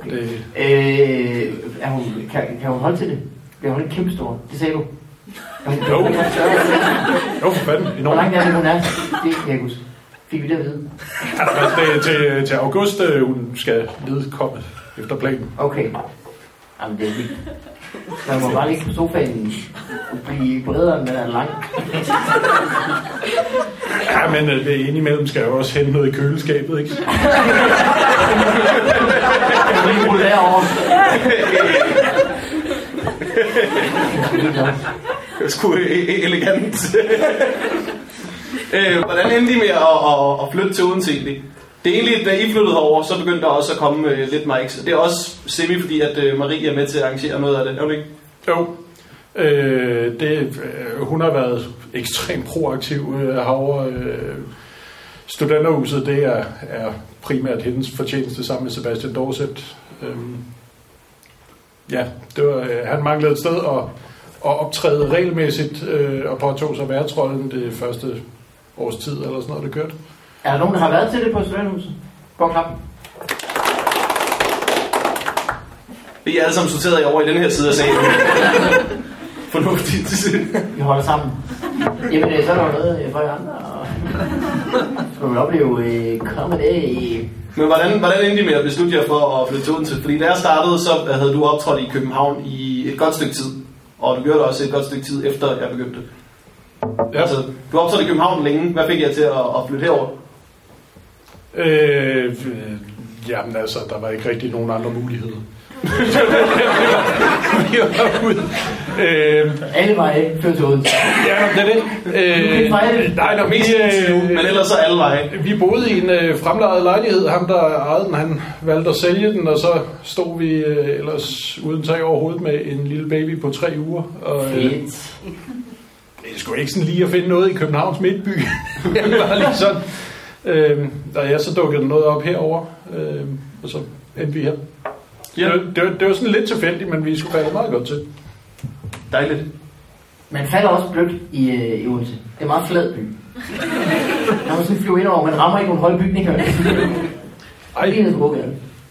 Kan hun holde til det? Bliver hun ikke kæmpestor? Det sagde du. Jo, for fanden. Hvor langt er det, hun er? Det kan jeg huske. Fik vi det at vide? Altså, til august, hun skal nedkomme efter planen. Okay. Jamen, det er vildt. Man må bare ligge på sofaen og blive bredere, end den er lang. Ja, men det indimellem skal jo også hente noget i køleskabet, ikke? Jeg kan lige bruge det derovre. Det er sgu elegant. Hvordan endte I med at flytte til Odense egentlig? Det er egentlig, da I flyttede herover, så begyndte der også at komme lidt mics. Det er også semi, fordi at Marie er med til at arrangere noget af det, er hun ikke? Jo. Hun har været ekstremt proaktiv herovre. Studenterhuset, det er primært hendes fortjeneste sammen med Sebastian Dorset. Han manglede et sted at optræde regelmæssigt og påtog sig værtsrollen det første års tid, eller sådan noget, det kørte. Er der nogen, der har været til det på Studenterhuset? Gå og klap. Vi er alle sammen sorteret over i den her side af salen. Fornuftigt. Vi holder sammen. Jamen, så er der noget for jer andre. Så vi opleve comedy. Men hvordan endte I med at beslutte jer for at flytte til Odense? Fordi da jeg startede, så havde du optrådt i København i et godt stykke tid. Og du gjorde det også et godt stykke tid efter jeg begyndte. Ja. Altså, du optrådte i København længe. Hvad fik jeg til at flytte herover? Jamen altså, der var ikke rigtig nogen andre muligheder. Alle veje fører til Odense. Ja, det er det. Men ellers så alle veje. Vi boede i en fremlejet lejlighed. Ham, der ejede den, han valgte at sælge den, og så stod vi ellers uden tag over hovedet med en lille baby på 3 uger. Og, det skulle ikke sådan lige at finde noget i Københavns midtby. Det var lige sådan. Så dukkede noget op herover, og så endte vi her. Ja. Det var sådan lidt tilfældigt, men vi skulle falde meget godt til. Dejligt. Man falder også blødt i Odense. Det er en meget flad by. Når man sådan flyver ind over, man rammer ikke nogen høje bygninger. Ej. Det er så god,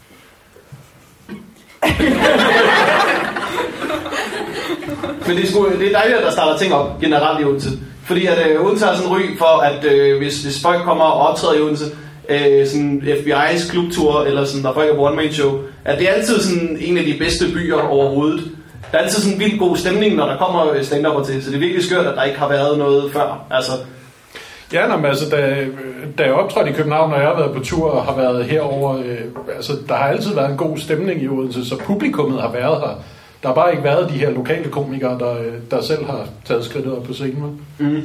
Men det er dejligt, at der starter ting op generelt i Odense. Fordi at Odense har sådan en ry for, at hvis folk kommer og optræder i Odense, sådan FBI's klubtur, eller sådan, der folk er one-man-show, at det er altid sådan en af de bedste byer overhovedet. Der er altid sådan en vildt god stemning, når der kommer stand-up'er til, så det er virkelig skørt, at der ikke har været noget før. Altså. Ja, men altså, da jeg optrådte i København, og jeg har været på tur og har været herover, altså, der har altid været en god stemning i Odense, så publikummet har været her. Der har bare ikke været de her lokale komikere, der selv har taget skridtet op på scenen.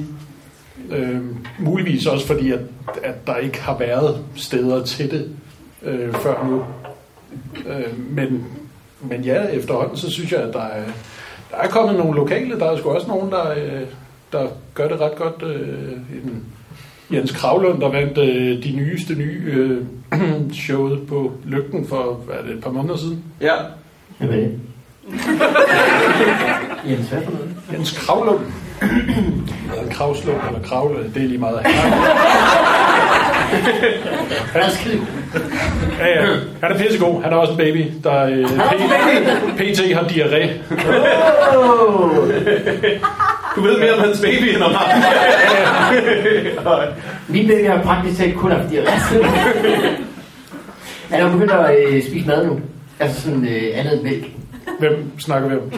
Muligvis også fordi, at der ikke har været steder til det før nu. Men ja, efterhånden, så synes jeg, at der er kommet nogle lokale. Der er sgu også nogen, der gør det ret godt. Jens Kravlund, der vandt de nyeste nye showet på Lygten for et par måneder siden. Ja. Hvad er det? Jens, hvad for noget? Jens Kravlund. Eller Kravslund, eller Kravle, det er lige meget. Ja. Han er pissegod. Han er også en baby, der PT har diarré. Du ved mere om hans baby end om ham. Min baby har praktisk set kun haft diarré. Han er begyndt at spise mad nu. Altså sådan andet end mælk. Hvem snakker vi om?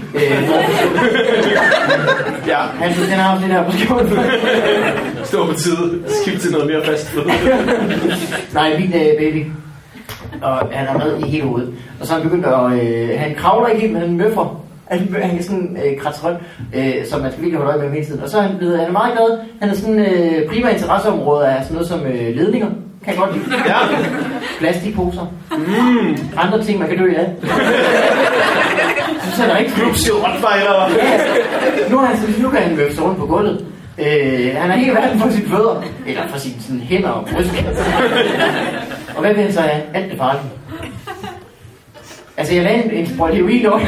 Ja. Han har også det her på skjorten. Stå på tide. Skift til noget mere fast. Nej, min baby. Og han er med i hele hovedet. Og så er han begyndt at... han kravler ikke helt, men han møffer. Han kan sådan kratse rundt, som man skal virkelig holde øje med hele tiden. Og så er han meget glad. Han er sådan primært interesseområde af sådan noget som ledninger. Kan jeg godt lide. Ja. Plastikposer. Andre ting, man kan dø af. Så er der ikke Klubskjortfejler. Nu kan han møffe sig rundt på gulvet. Han er helt verden for sine fødder. Eller for sine sådan, hænder og bryst. Og hvad vil han så have? Alt det farligt. Altså, jeg lagde en sprøjt heroin over.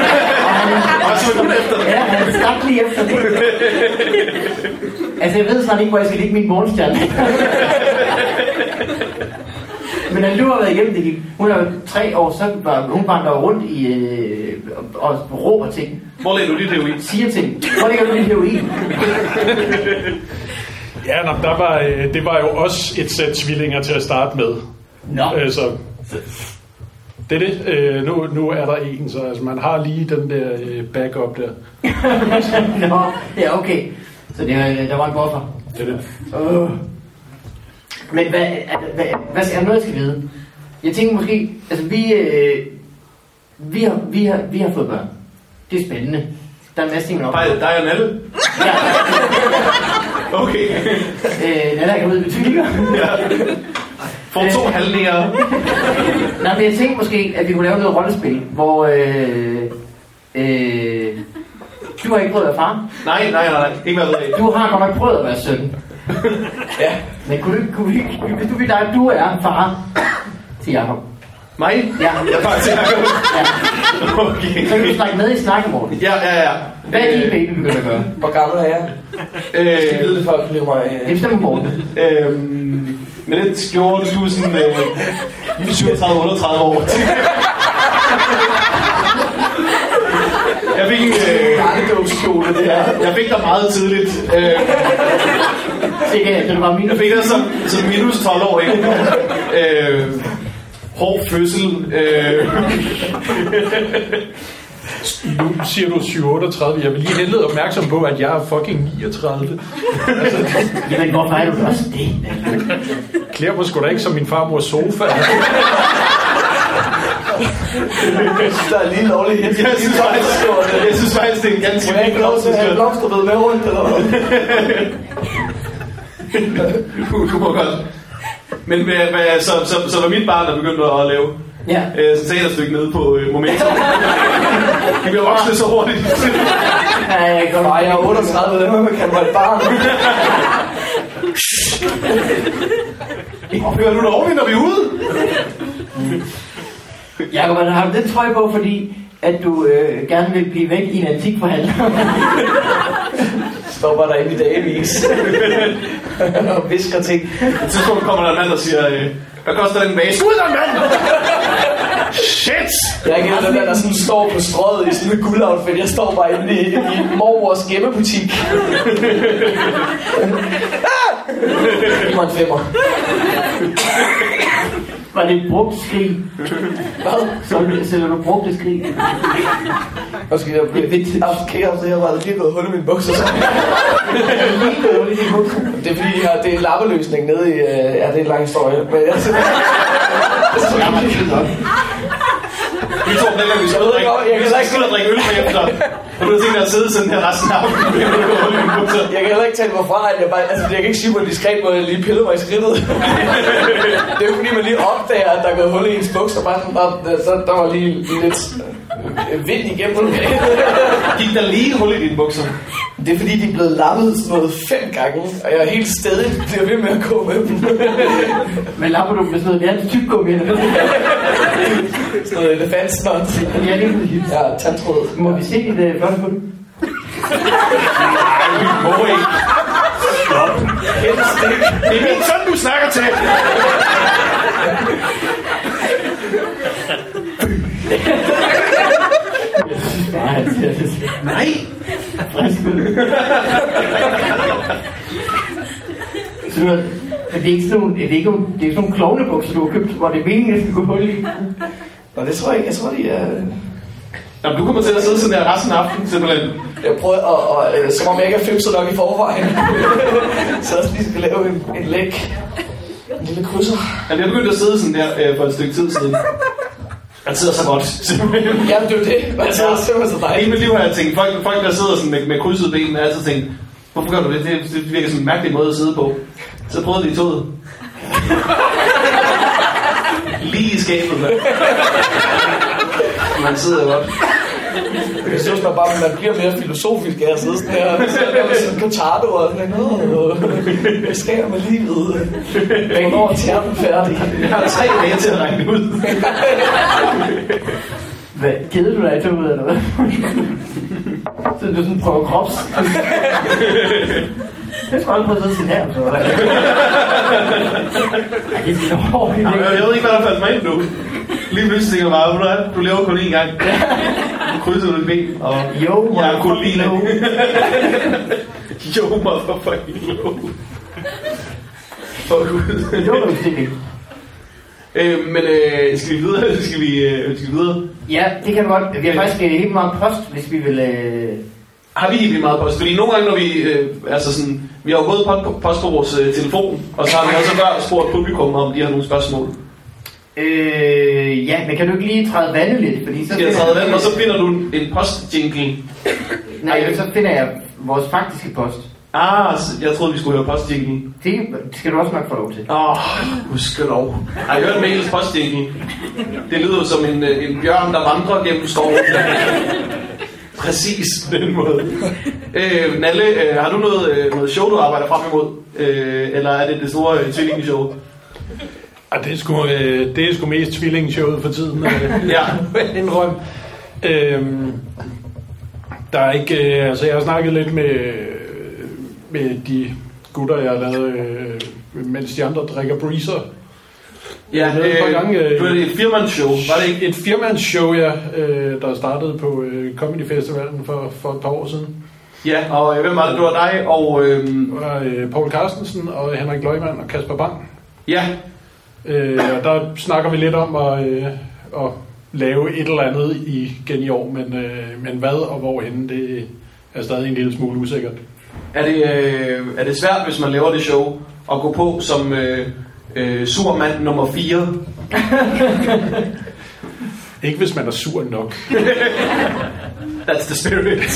Ja, han stak lige efter det. Altså, jeg ved snart ikke, hvor jeg skal ligge min morgenstjerne. Men han nu har været igennem det. Hun er 3 år, så var hun vandrer rundt i og råber ting. Hvor lægger du dit heroin? Siger ting. Hvor lægger du dit heroin? Ja, det var jo også et sæt tvillinger til at starte med. Nå. Så det er det. Nu er der en, så altså, man har lige den der backup der. Nå, ja, okay. Så der var en buffer. Det er det. Men hvad er noget, jeg skal vide? Jeg tænker måske, altså vi har fået børn. Det er spændende. Der er en masse ting, man oplever. Der er jo Nalle. Ja. Okay. Nalle kan ud i betyder. Ja. For 2 halvninger. Nej, men jeg tænkte måske, at vi kunne lave noget rollespil, hvor du har ikke prøvet at være far. Nej. Ikke været det. Du har godt nok prøvet at være søn. Ja. Men hvis du vil dig, at du er far til Jacob. Mig? Ja. Jeg er far til Jacob. Ja. Okay. Så kan du snakke med i snakken, Morten. Ja. Hvad er din baby begyndt at gøre? Hvor gammel er jeg? Jeg skal vide det, for at blive mig... Det bestemmer Morten. Men den skjorte, du er sådan 37-38 år. Jeg fik en barnedåbskjole, det her. Jeg fik dig meget tidligt. Det var min. Jeg fik dig som minus 12 år, ikke? Hård fødsel. Nu siger du 37. Jeg vil lige henlede opmærksom på, at jeg er fucking 39. Altså, jamen, hvorfor er du også det? Klæder mig sgu da ikke som min farmors sofa. Der er lige lovligt hit. Jeg synes faktisk, det er en ganske jeg ikke lov til at have blomsterbed med rundt, eller hvad? Du må godt. Men så var mit barn, der begyndte at lave så teaterstykke nede på Momentum. De bliver voksne så hurtigt. Jeg er 38, det må man kalde mig et barn. Hører du det ordentligt, når vi er ude? Jakob, har du den trøje på, fordi at du gerne vil blive væk i en antikforhandler? Stopper der inde i dagevis. Og visker ting. Et tidspunkt kommer der en mand, der siger, hvad koster den vase? Ud af mand! Shit! Jeg er ikke den der sådan står på strøget i sådan en guldoutfit. Jeg står bare inde i mormors gemmebutik. Giv mig en 5'er. Var det et brugt skrig? Hvad? Så sælger du brugte skrig? Og skal jeg blive vidt afskæret, så jeg var lige gået hul i mine bukser. Det er fordi, det er en lappeløsning nede i... Ja, det er en lang historie. Men jeg Vi tror den vi skal ud og drikke øl med efter. Og du har tænkt dig at sidde sådan her resten af aftenen. Jeg kan heller ikke tage mig fra, at jeg kan ikke sige på en diskret måde, at jeg lige pillede mig i skridtet. Det er jo fordi, man lige opdager, at der er gået hul i ens bukser. Så der var lige lidt vind igennem. Gik der lige hul i dine bukser? Det er fordi, de er blevet lappet sådan noget 5 gange, og jeg er helt stadig bliver ved med at gå med dem. Men lapper du med sådan noget mere tyggegummi? Sådan noget elefantsnot. Ja, det er det. Ja, tandtråd. Må vi se dit flotte på det? Nej, vi må ikke. Stop. Det er min søn, du snakker til. Nej. Så det er ikke sådan nogle klovnebukser, du har købt, hvor det er meningen, at det skal gå hul i. Nå, det tror jeg ikke. Jeg tror, de er... Jamen, du kommer til at sidde sådan der resten af aftenen, simpelthen. Jeg prøver at som om jeg ikke er femset nok i forvejen. Så jeg lige skal lave en læg. En lille krydser. Ja, jeg begyndte at sidde sådan der for et stykke tid siden. Jeg sidder så godt, simpelthen. Jamen, det er jo det. Man sidder simpelthen så dejligt. Hele mit liv har jeg tænkt, folk der sidder sådan med krydsede ben, har altid tænkt, hvorfor gør du det? Det virker sådan en mærkelig måde at sidde på. Så prøvede de i toget. Lige i skabet, der. Man sidder godt. Jeg synes bare, at man bliver mere filosofisk af at sidde sådan her. Så er sådan en Cotardo og sådan noget. Hvad sker med livet? Hvornår er tærpen færdig? Jeg har 3 dage til at regne ud. Hvad? Keder du dig i toget, eller hvad? Så du sådan prøver krops. Jeg skal aldrig prøve at sidde til her, så. Jeg ved ikke, hvad der faldt mig ind nu. Lige pludselig tænker jeg bare, du lever kun én gang. Du krydser du dit ben, og jo, jeg er kun lige nu. Jo, motherfucking jo. For Gud. Jo, det er ikke. Men skal vi videre? Skal vi videre? Ja, det kan vi godt. Vi har faktisk helt meget post, hvis vi vil... Har vi helt meget post? Fordi nogle gange, når vi... altså sådan, vi har jo både post på vores telefon, og så har vi også før spurgt publikum, om de har nogle spørgsmål. Ja, men kan du ikke lige træde vandet lidt? Fordi så skal jeg træde vandet, og så finder du en postjingle. Nej, så finder jeg vores faktiske post. Jeg troede, vi skulle høre postjingle. Det skal du også nok få lov til. Hudskelov. Har I hørt Mails postjingle? Det lyder som en bjørn, der vandrer gennem skoven. Præcis den måde. Nalle, har du noget show, du arbejder frem imod? Eller er det store tvillingeshow? Det er sgu mest tvillingeshowet for tiden. Ja. Indrøm. Der er ikke... altså, jeg har snakket lidt med de gutter, jeg har lavet, mens de andre drikker breezer. Ja, du er et firmandsshow, var det ikke? Et firmandsshow, ja, der startede på Comedy Festivalen for et par år siden. Ja, og hvem var det? Det var dig og... Poul Carstensen og Henrik Løgman og Kasper Bang. Ja. Og der snakker vi lidt om at lave et eller andet igen i år, men hvad og hvorhenne, det er stadig en lille smule usikkert. Er det svært, hvis man laver det show, at gå på som sur mand nummer 4? Ikke hvis man er sur nok. That's the spirit.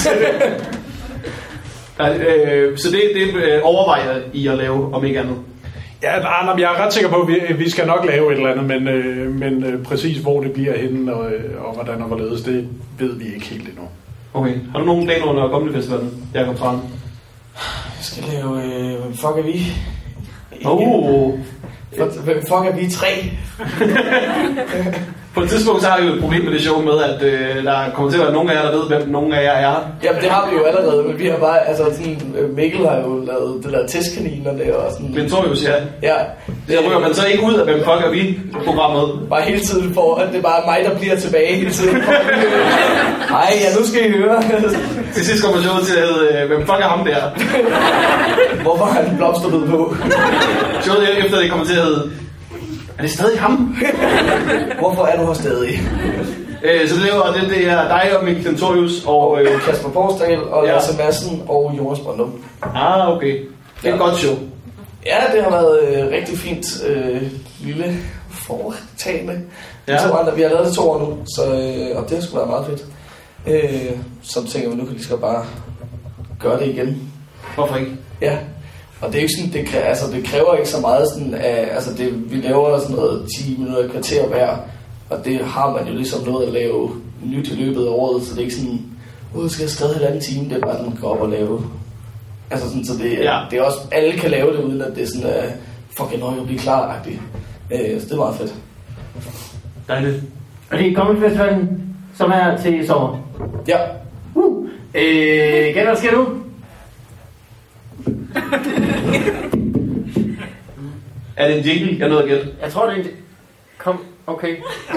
Så det overvejer I at lave, om ikke andet? Ja, jeg er ret sikker på, at vi skal nok lave et eller andet, men præcis hvor det bliver henne, og hvordan og hvorledes, det ved vi ikke helt endnu. Okay. Har du nogen planer under Comedy Festivalen, Jakob Tran? Jeg skal lave... Hvem fuck er vi? Hvem fuck er vi 3? På et tidspunkt så har vi jo et problem med det show med, at der kommer til at være nogen af jer, der ved, hvem nogen af jer er. Jamen det har vi jo allerede, men vi har bare, altså sådan, Mikkel har jo lavet det der testkaninerne og sådan. Glentorius, ja. Ja. Det ryger man så ikke ud af, hvem fuck er vi programmet. Bare hele tiden for, at det er bare mig, der bliver tilbage hele tiden. Nej, ja, nu skal I høre. Til sidst kommer showet til at hedde, hvem fuck er ham der? Hvorfor har han blomsterbed på? Showet efter det kommer til at hedde, er det stadig ham? Hvorfor er du her stadig? Så det er dig og Mikkel Glentorius og Kasper Porsdal og ja. Lasse Madsen og Jonas Brøndum. Ah, okay. Det er et godt show. Ja, det har været rigtig fint lille foretagende. Ja. Vi har lavet det 2 år nu, så, og det har sgu været meget fedt. Så tænker vi, nu kan vi skal bare gøre det igen. Hvorfor ikke? Ja, og det er ikke sådan, det kræver ikke så meget sådan, vi laver sådan noget 10 minutter et kvarter hver, og det har man jo ligesom noget at lave nyt i løbet af året, så det er ikke sådan, skal jeg skrevet 1,5 time, det er bare, at man går op og lave. Altså sådan, så det er også, alle kan lave det, uden at det er sådan, fucking nøje at blive klar-agtigt. Så det er meget fedt. Dejligt. Og det er Comedy Festivalen, som er til sommer. Ja. Hvad sker du? Er det en jingle? Jeg nåede at gætte. Jeg tror, det er en... Kom, okay.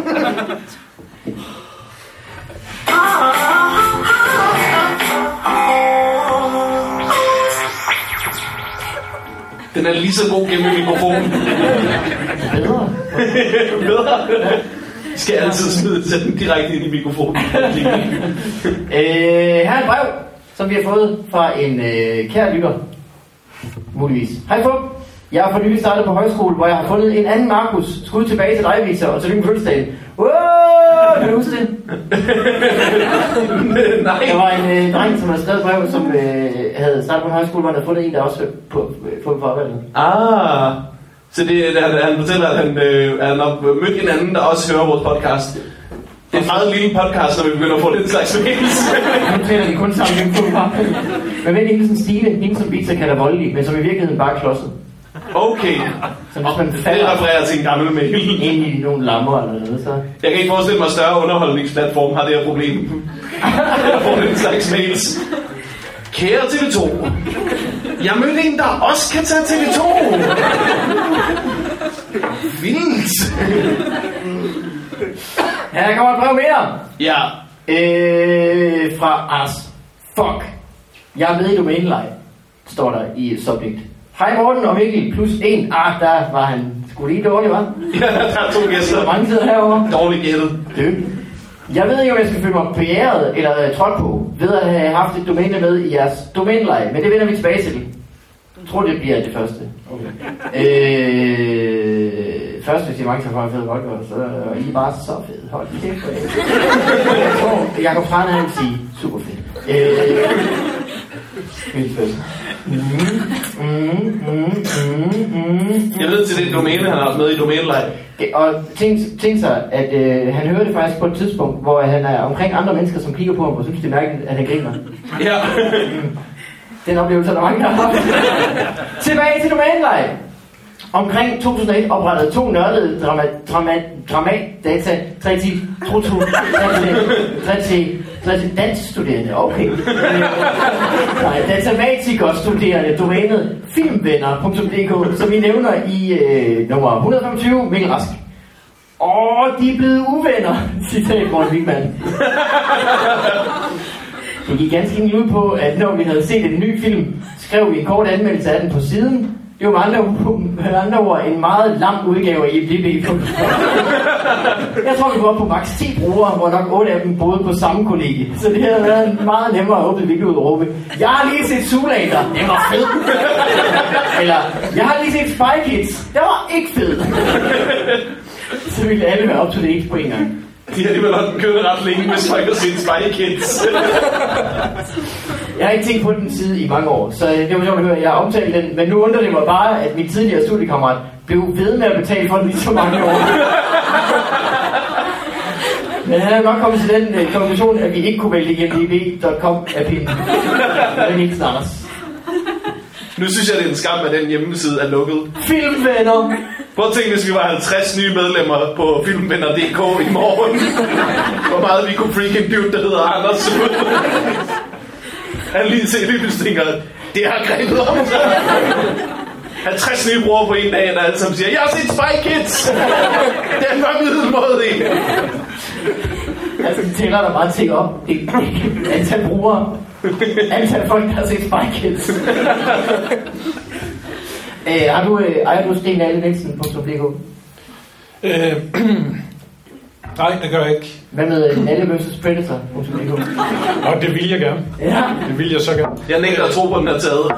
Den er lige så god gennem mikrofonen. Bedre. Bedre. Vi skal altid sætte den direkte ind i mikrofonen. Her er et brev, som vi har fået fra en kær lytter. Muligvis. Hej Fup. Jeg har for nylig startet på højskole, hvor jeg har fundet en anden Markus. Skud tilbage til dig, Victor, og tillykke med fødselsdagen. Kan du huske det? Nej. Der var en dreng, som havde skrevet et brev, som havde startet på højskole, hvor han havde fundet en, der også på forvalget. Ah. Så han fortæller, at han har mødt en anden, der også hører vores podcast. Det er en meget lille podcast, når vi begynder at få den slags mails. Nu taler de kun sammen på forvalget. Men ved Nielsen Stine, hende som Victor kalder voldelig, men som i virkeligheden bare klodset. Okay. Så hvis man Det falder refererer til en gammel mail. ind i nogle lammer eller noget, så... Jeg kan ikke forestille mig, at større underholdningsplatform har det her problem. Jeg får den slags mails. Kære TV2, jeg mødte en, der også kan tage TV2. Vildt. Her kommer et brev mere. Ja. Fra Ars. Fuck. Jeg er med i domæneleje, står der i subject. Hej Morten og Mikkel, plus 1. Der var han sgu lige dårlig, hva'? Ja, der er 2 gæster. Der er mange tider herovre. Dårligt gættet. Jeg ved ikke, om jeg skal føle mig beæret eller trådt på, ved at have haft et domæne med i jeres domæneleje, men det vender vi tilbage til. Jeg tror, det bliver det første. Okay. Først vil jeg sige mange tak for en fed podcast, og I er bare så fede. Hold kæft. Jeg tror, Jacob Frane vil sige, super fedt. Vildt fedt. Jeg ved til det domæne, han har haft med i domæneleje. Og tænk sig, at han hører det faktisk på et tidspunkt, hvor han er omkring andre mennesker, som kigger på ham og synes, det er mærkeligt, at han griner. Ja. Den oplevelse, der er mange, der har haft. Tilbage til domæneleje. Omkring 2001 oprettede 2 nørdede dramatdata 3 dansstuderende, okay. Nej, datamatikestuderende domænet filmvenner.dk, som vi nævner i nummer 125, Mikkel Rask. De er blevet uvenner, citat Morten Wigman. Det gik ganske enkelt ud på, at når vi havde set en ny film, skrev vi en kort anmeldelse af den på siden. Det var med andre ord en meget lang udgave af IMDb. Jeg tror, vi var på maks 10 brugere, hvor nok 8 af dem boede på samme kollegie. Så det havde været meget nemmere at åbne vinduet og råbe, jeg har lige set Zoolander, det var fed. Eller, jeg har lige set Spy Kids, det var ikke fed. Så ville alle være up to date på en gang. De har alligevel kørt ret længe, hvis folk har set Spy Kids. Jeg har ikke tænkt på den side i mange år, så det var sjovt at høre, jeg har omtalt den, men nu undrer det mig bare, at min tidligere studiekammerat blev ved med at betale for den i så mange år. Men han er nok kommet til den konklusion, at vi ikke kunne vælge IMDb.com af pinden. Det er helt snart. Nu synes jeg, det er en skam, at den hjemmeside er lukket. Filmvenner! Prøv at tænke, hvis vi var 50 nye medlemmer på filmvenner.dk i morgen. Hvor meget vi kunne freaking dude, der hedder Anders ud. Han lige pludselig tænker, det har grebet om sig. 50 nye brugere på en dag, der alle sammen siger, jeg har set Spy Kids! Den var middelmådig. Altså, det tæller der bare ting op. Det antal brugere. Antal folk, der har set Spy Kids. Ejer du stenallenelsen.dk? Nej, det gør jeg ikke. Hvad med Nalle vs. Predator.dk? Nå, det vil jeg gerne. Ja. Det vil jeg så gerne. Jeg nægter at tro på, den er taget.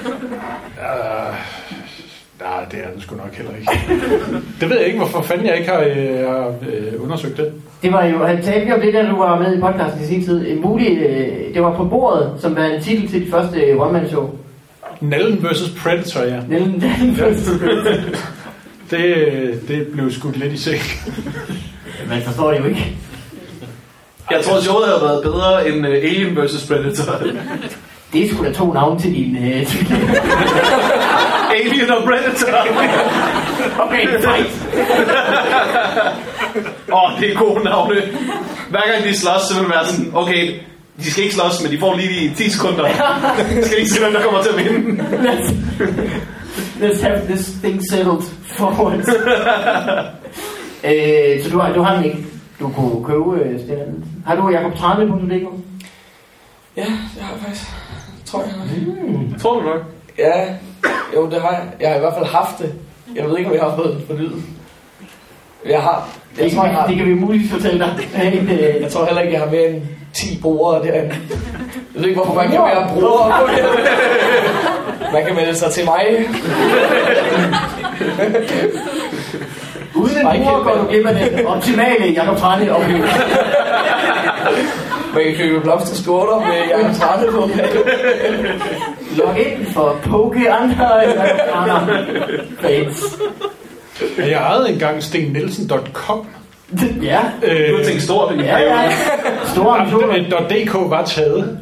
Nej, det er den sgu nok heller ikke. Det ved jeg ikke, hvorfor fanden jeg ikke har undersøgt det. Det var jo, han talte om det der, du var med i podcasten i sin tid. Det var på bordet, som var en titel til dit første one-man-show. Nallen vs. Predator, ja. Nallen vs. Predator. Det blev skudt lidt i seng. Man forstår det jo ikke. Jeg tror, showet havde været bedre end Alien vs. Predator. Det er sgu da 2 navne til din... Alien og Predator. Okay, fight. Det er gode navne. Hver gang de slås, så vil det være sådan, okay, de skal ikke slås, men de får lige de 10 sekunder. Jeg skal ikke se, hvem der kommer til at vinde. Let's have this thing settled forward. Så du har den ikke. Du kunne købe Sten. Har du jakobtrane.dk? Ja, det har jeg faktisk. Tror jeg. Tror du nok? Ja, jo, det har jeg. Jeg har i hvert fald haft det. Jeg ved ikke, om jeg har fået den fornyet. Jeg har. Det kan vi muligvis fortælle dig. Jeg tror heller ikke, jeg har mere end 10 brugere derinde. Jeg ved ikke, hvorfor man kan være brugere på det. Man kan melde sig til mig. Uden en bruger går du glip af den optimale Jakob Trane oplevelse. Man kan købe blomsterskjorter med Jakob Trane på. Log ind for poke andre Jakob Trane fans. Jeg ejede engang stennielsen.com. Ja. Du har tænkt stort i ja. Store ambitioner. .dk var taget.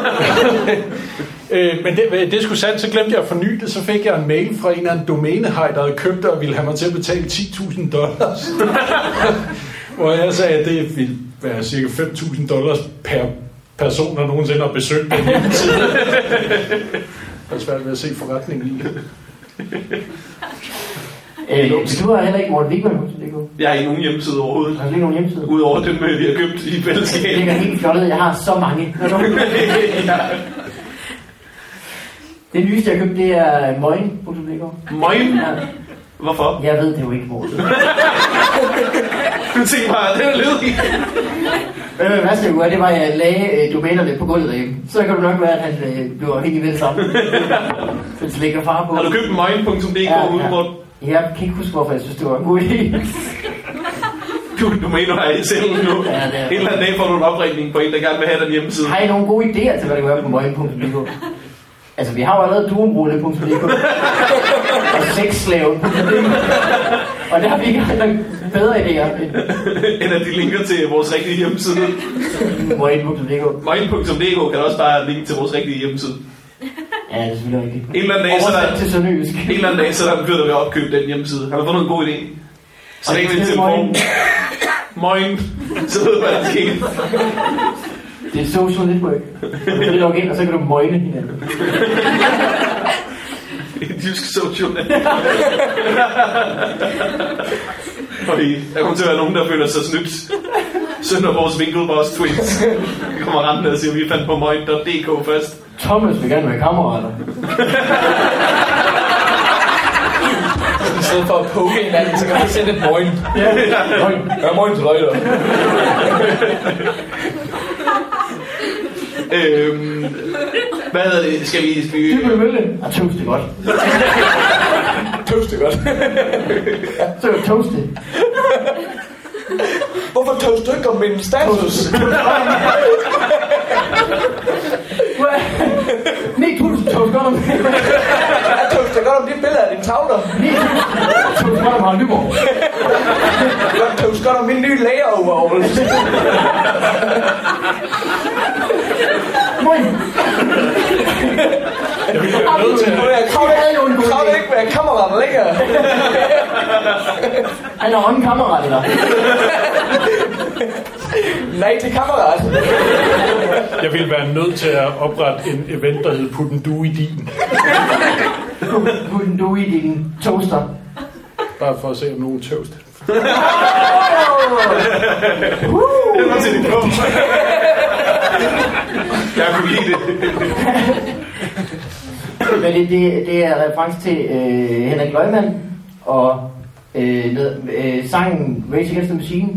Men det skulle sandt, så glemte jeg at forny det, så fik jeg en mail fra en eller anden domænehej, der havde købt det og ville have mig til at betale $10,000. Hvor jeg sagde, at det ville være cirka $5,000 per person, der nogensinde har besøgt den hjemmeside. Det er svært ved at se forretningen i. Du har heller ikke Morten Wigman.dk. Jeg har ikke nogen hjemmeside overhovedet. Har du ikke nogen hjemmeside? Udover dem, vi har købt i fællesskab. Det ligger helt fjollet. Jeg har så mange. Ja. Det nyeste, jeg købte, det er Moin.dk. Moin? Ja. Hvorfor? Jeg ved det jo ikke, Morten. Du tænkte bare, det er ledig. Hvad skal du gøre? Det var, at jeg lagde domænerne på gulvet derhjemme. Så kan det nok være, at han blev afhængig ved det samme. Så lægger far på. Har du købt moin.dk uden Morten? Jeg kan ikke huske, hvorfor jeg synes, det var en god idé. Du mener, at I selv nu. Ja, en eller anden dag får du en opringning på en, der gerne vil have den hjemmeside. Har I nogle gode idéer til, hvad det gør på moin.dk? Altså, vi har jo allerede duombrugle.dk og sexslave.dk. Og der har vi ikke bedre idéer. End at de linker til vores rigtige hjemmeside. Moin.dk. Moin.dk kan også bare linke til vores rigtige hjemmeside. Ja, det er selvfølgelig rigtigt. En eller anden dag, så er der en fyr, der vil opkøbe den hjemmeside. Han har fundet en god idé. Så ring til telefon. Moin. Så ved du, hvad der sker. Det er social network. Du kan logge ind, og så kan du moine hinanden. Et jysk social network. Fordi der kommer til at være nogen, der føler sig snydt. Sønder vores Winklevoss twins kommer rendende og siger, at vi fandt på moin.dk først. Thomas vil gerne være kammerater. I stedet for at poke hinanden, så kan vi sende et moin. Ja, moin. Ja, moin til dig, hvad hedder det? Skal vi... Dybe mølle. Og toast det godt. Toast det godt. Så er det toastet. Hvorfor toast du ikke om min status? 9.000 toast godt om det. Jeg toaster godt om dit billede af dine tavler. 9.000 toast godt om Harald Nyborg. Jeg toast godt om min nye lager-overall. Moin. Jeg vil være nødt til at... Krav ikke være kammerat længere. Han er en kammerat, eller? Nej til kammerat. Jeg ville være nødt til at oprette en event, der hed Putten du i din. Putten du i din toaster. Bare for at se, om nogen toast. Det var til det på. Jeg kunne lide det. Men det er reference til Henrik Løgman og sangen Rage Against the Machine.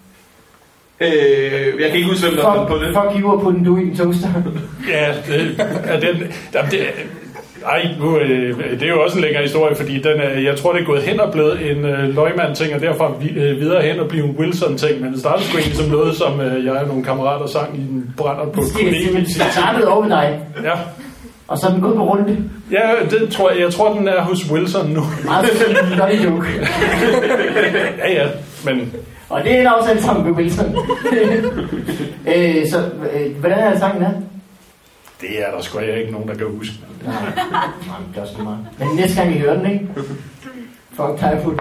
Jeg kan ikke huske, hvem der kom på det. Fuck you og Putten du i din toaster. Ja, det er jo også en længere historie, fordi jeg tror, det er gået hen og blevet en Løgman-ting, og derfra videre hen og blive en Wilson-ting, men det startede sgu egentlig som noget, som jeg og nogle kammerater sang i en brænder på et kollegie. Det startede over med dig. Ja. Og så er den gået på runde. Ja, jeg tror, den er hos Wilson nu. Meget sådan joke. Ja, men... Og det er en aftale sammen med Wilson. Så hvordan er sangen her? Det er der sgu ikke nogen, der kan huske. Nej, det er også meget. Men næste gang I hører den, ikke? Fuck dig på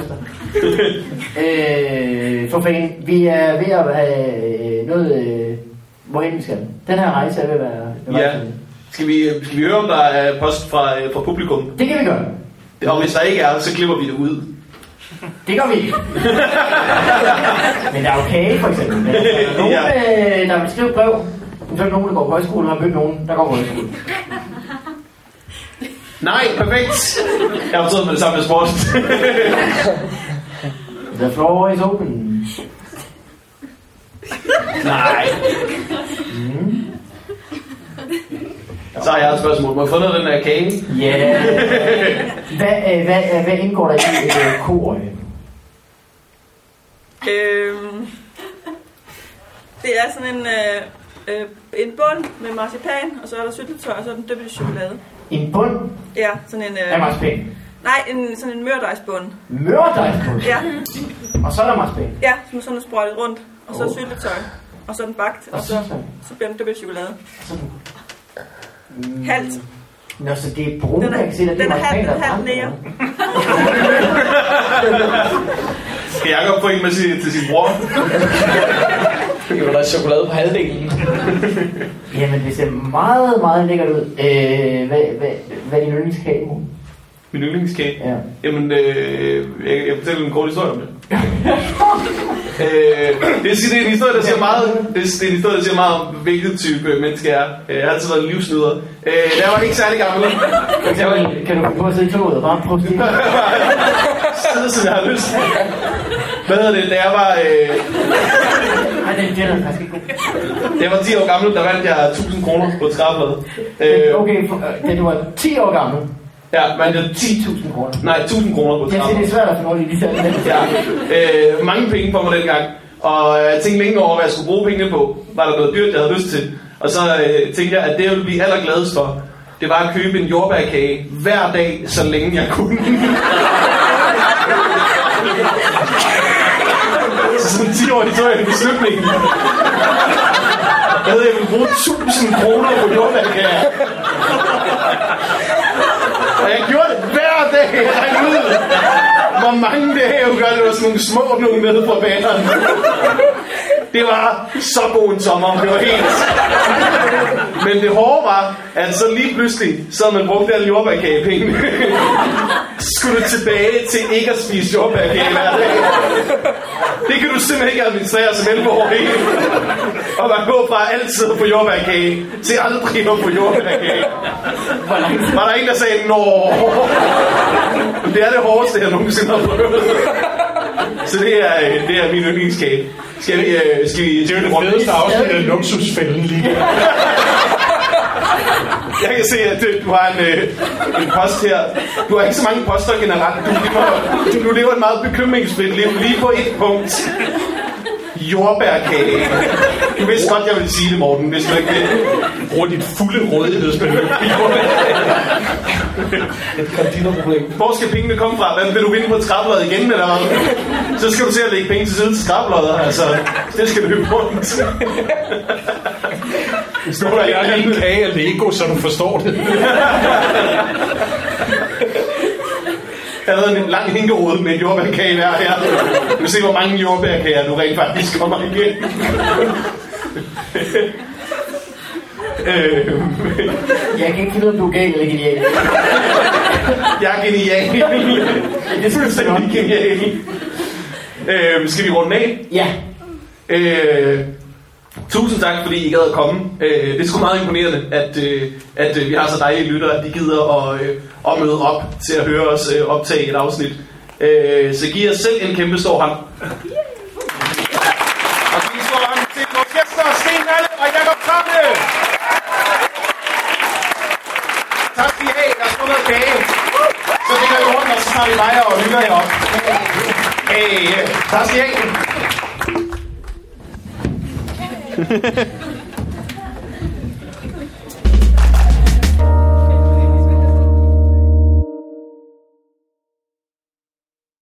for fanden, vi er ved at have noget... hvorhen vi skal. Den her rejse er ved at være... Ja. Skal vi høre, om der er post fra publikum? Det kan vi gøre. Og hvis der ikke er, så klipper vi det ud. Det gør vi ikke. Men der er jo kage, for eksempel. Nogen, der vil skrive brev. Så er der nogen, der går på højskole, og har mødt nogen, der går på højskole. Nej, perfekt. Jeg har taget med det samme med sport. The floor is open. Nej. Så har jeg et spørgsmål. Må jeg få noget af den her kage? Ja. Hvad indgår der i et koøje? Det er sådan en bund med marcipan, og så er der syltetøj, og så er den dyppet i chokolade. En bund? Ja, sådan en... Af marcipan? Nej, sådan en mørdejsbund. Mørdejsbund? Ja. Og så er der marcipan? Ja, som sådan er sprøjtet rundt, og så syltetøj, og så er den bagt, og så bliver den dyppet i chokolade. Halvt. Nå, så det er brun, jeg kan se, at det er marcipan, der er halvt nære. Skal Jacob få en med til sin bror? Jo, der er chokolade på halvdelen. Jamen, det ser meget, meget lækkert ud. Hvad er din yndlingskage, Mo? Min yndlingskage? Ja. Jamen, jeg fortæller en kort historie om det. Det er en historie, der siger meget. Det er en historie, der siger meget om, hvilket type menneske jeg er. Jeg har altid været en livsnyder. Da jeg var ikke særlig gammel. Kan du prøve at sidde i toget og bare prøve at sige? Sidde, som jeg har lyst. Hvad hedder det? Da jeg var... Nej, det er faktisk ikke god. Da jeg var 10 år gammel, der vandt jeg 1000 kroner på et skrabblad. Okay, da du var 10 år gammel? Ja, men det 10.000 kroner. Nej, 1000 kroner på et skrabblad. Det er svært at finde ordentligt i de ja. Mange penge på mig dengang. Og jeg tænkte længe over, hvad jeg skulle bruge pengene på. Var der noget dyrt, jeg havde lyst til? Og så tænkte jeg, at det jeg ville blive allergladest for, det var at købe en jordbærkage hver dag, så længe jeg kunne. Så sådan 10 år, så jeg en beslutning. Jeg ville bruge 1000 kroner på jordbærkager. Og jeg gjorde det hver dag. Jeg ud. Hvor mange dage jeg gør det, var sådan nogle små nogle nede på banerne. Det var så god en sommer. Det var helt... Men det hårde var, at så lige pludselig, så havde man brugt alle jordbærkagepenge. Skulle du tilbage til ikke at spise jordbærkage hver dag. Det kan du simpelthen ikke administrere som elborger i. Og man går fra altid på jordbærkage til aldrig på jordbærkage. Var der en, der sagde, nå, det er det hårdeste, jeg nogensinde har prøvet. Så det er min yndlingskage. Skal vi det er jo det fedeste afsnit af luksusfælden lige. Jeg kan se, at du har en post her. Du har ikke så mange poster generelt. Du lever et meget bekymringsfrit liv. Lige på et punkt. Jordbærkage. Du vidste godt, jeg ville sige det, Morten, hvis du ikke bruger dit fulde rådighedsbeløb. Et konditorproblem. Hvor skal pengene komme fra? Hvad vil du vinde på et skrablod igen, eller hvad? Så skal du til at lægge penge til side til skrablodder. Altså, det skal du høbe rundt. Står der, jeg er en kage af Lego, så du forstår det. Jeg havde en lang hængerode med en jordbærkage hver her. Du kan se, hvor mange jordbærkager du rent faktisk kommer igen. Jeg kan ikke finde ud af, om du er gal eller genial. Jeg er genial. Det er fuldstændig genial. Skal vi runde af? Ja. Tusind tak, fordi I gad at komme. Det er sgu meget imponerende, at vi har så dejlige lyttere, at de gider at møde op til at høre os optage et afsnit. Så giv os selv en kæmpe stor hånd. Og giv en stor hånd til vores gæster, Sten Halle og Jakob Trappe. Tak skal I have. Der er sgu noget kage. Så det gør I rundt, og så tager vi mig og hygger jer op. Tak skal I have.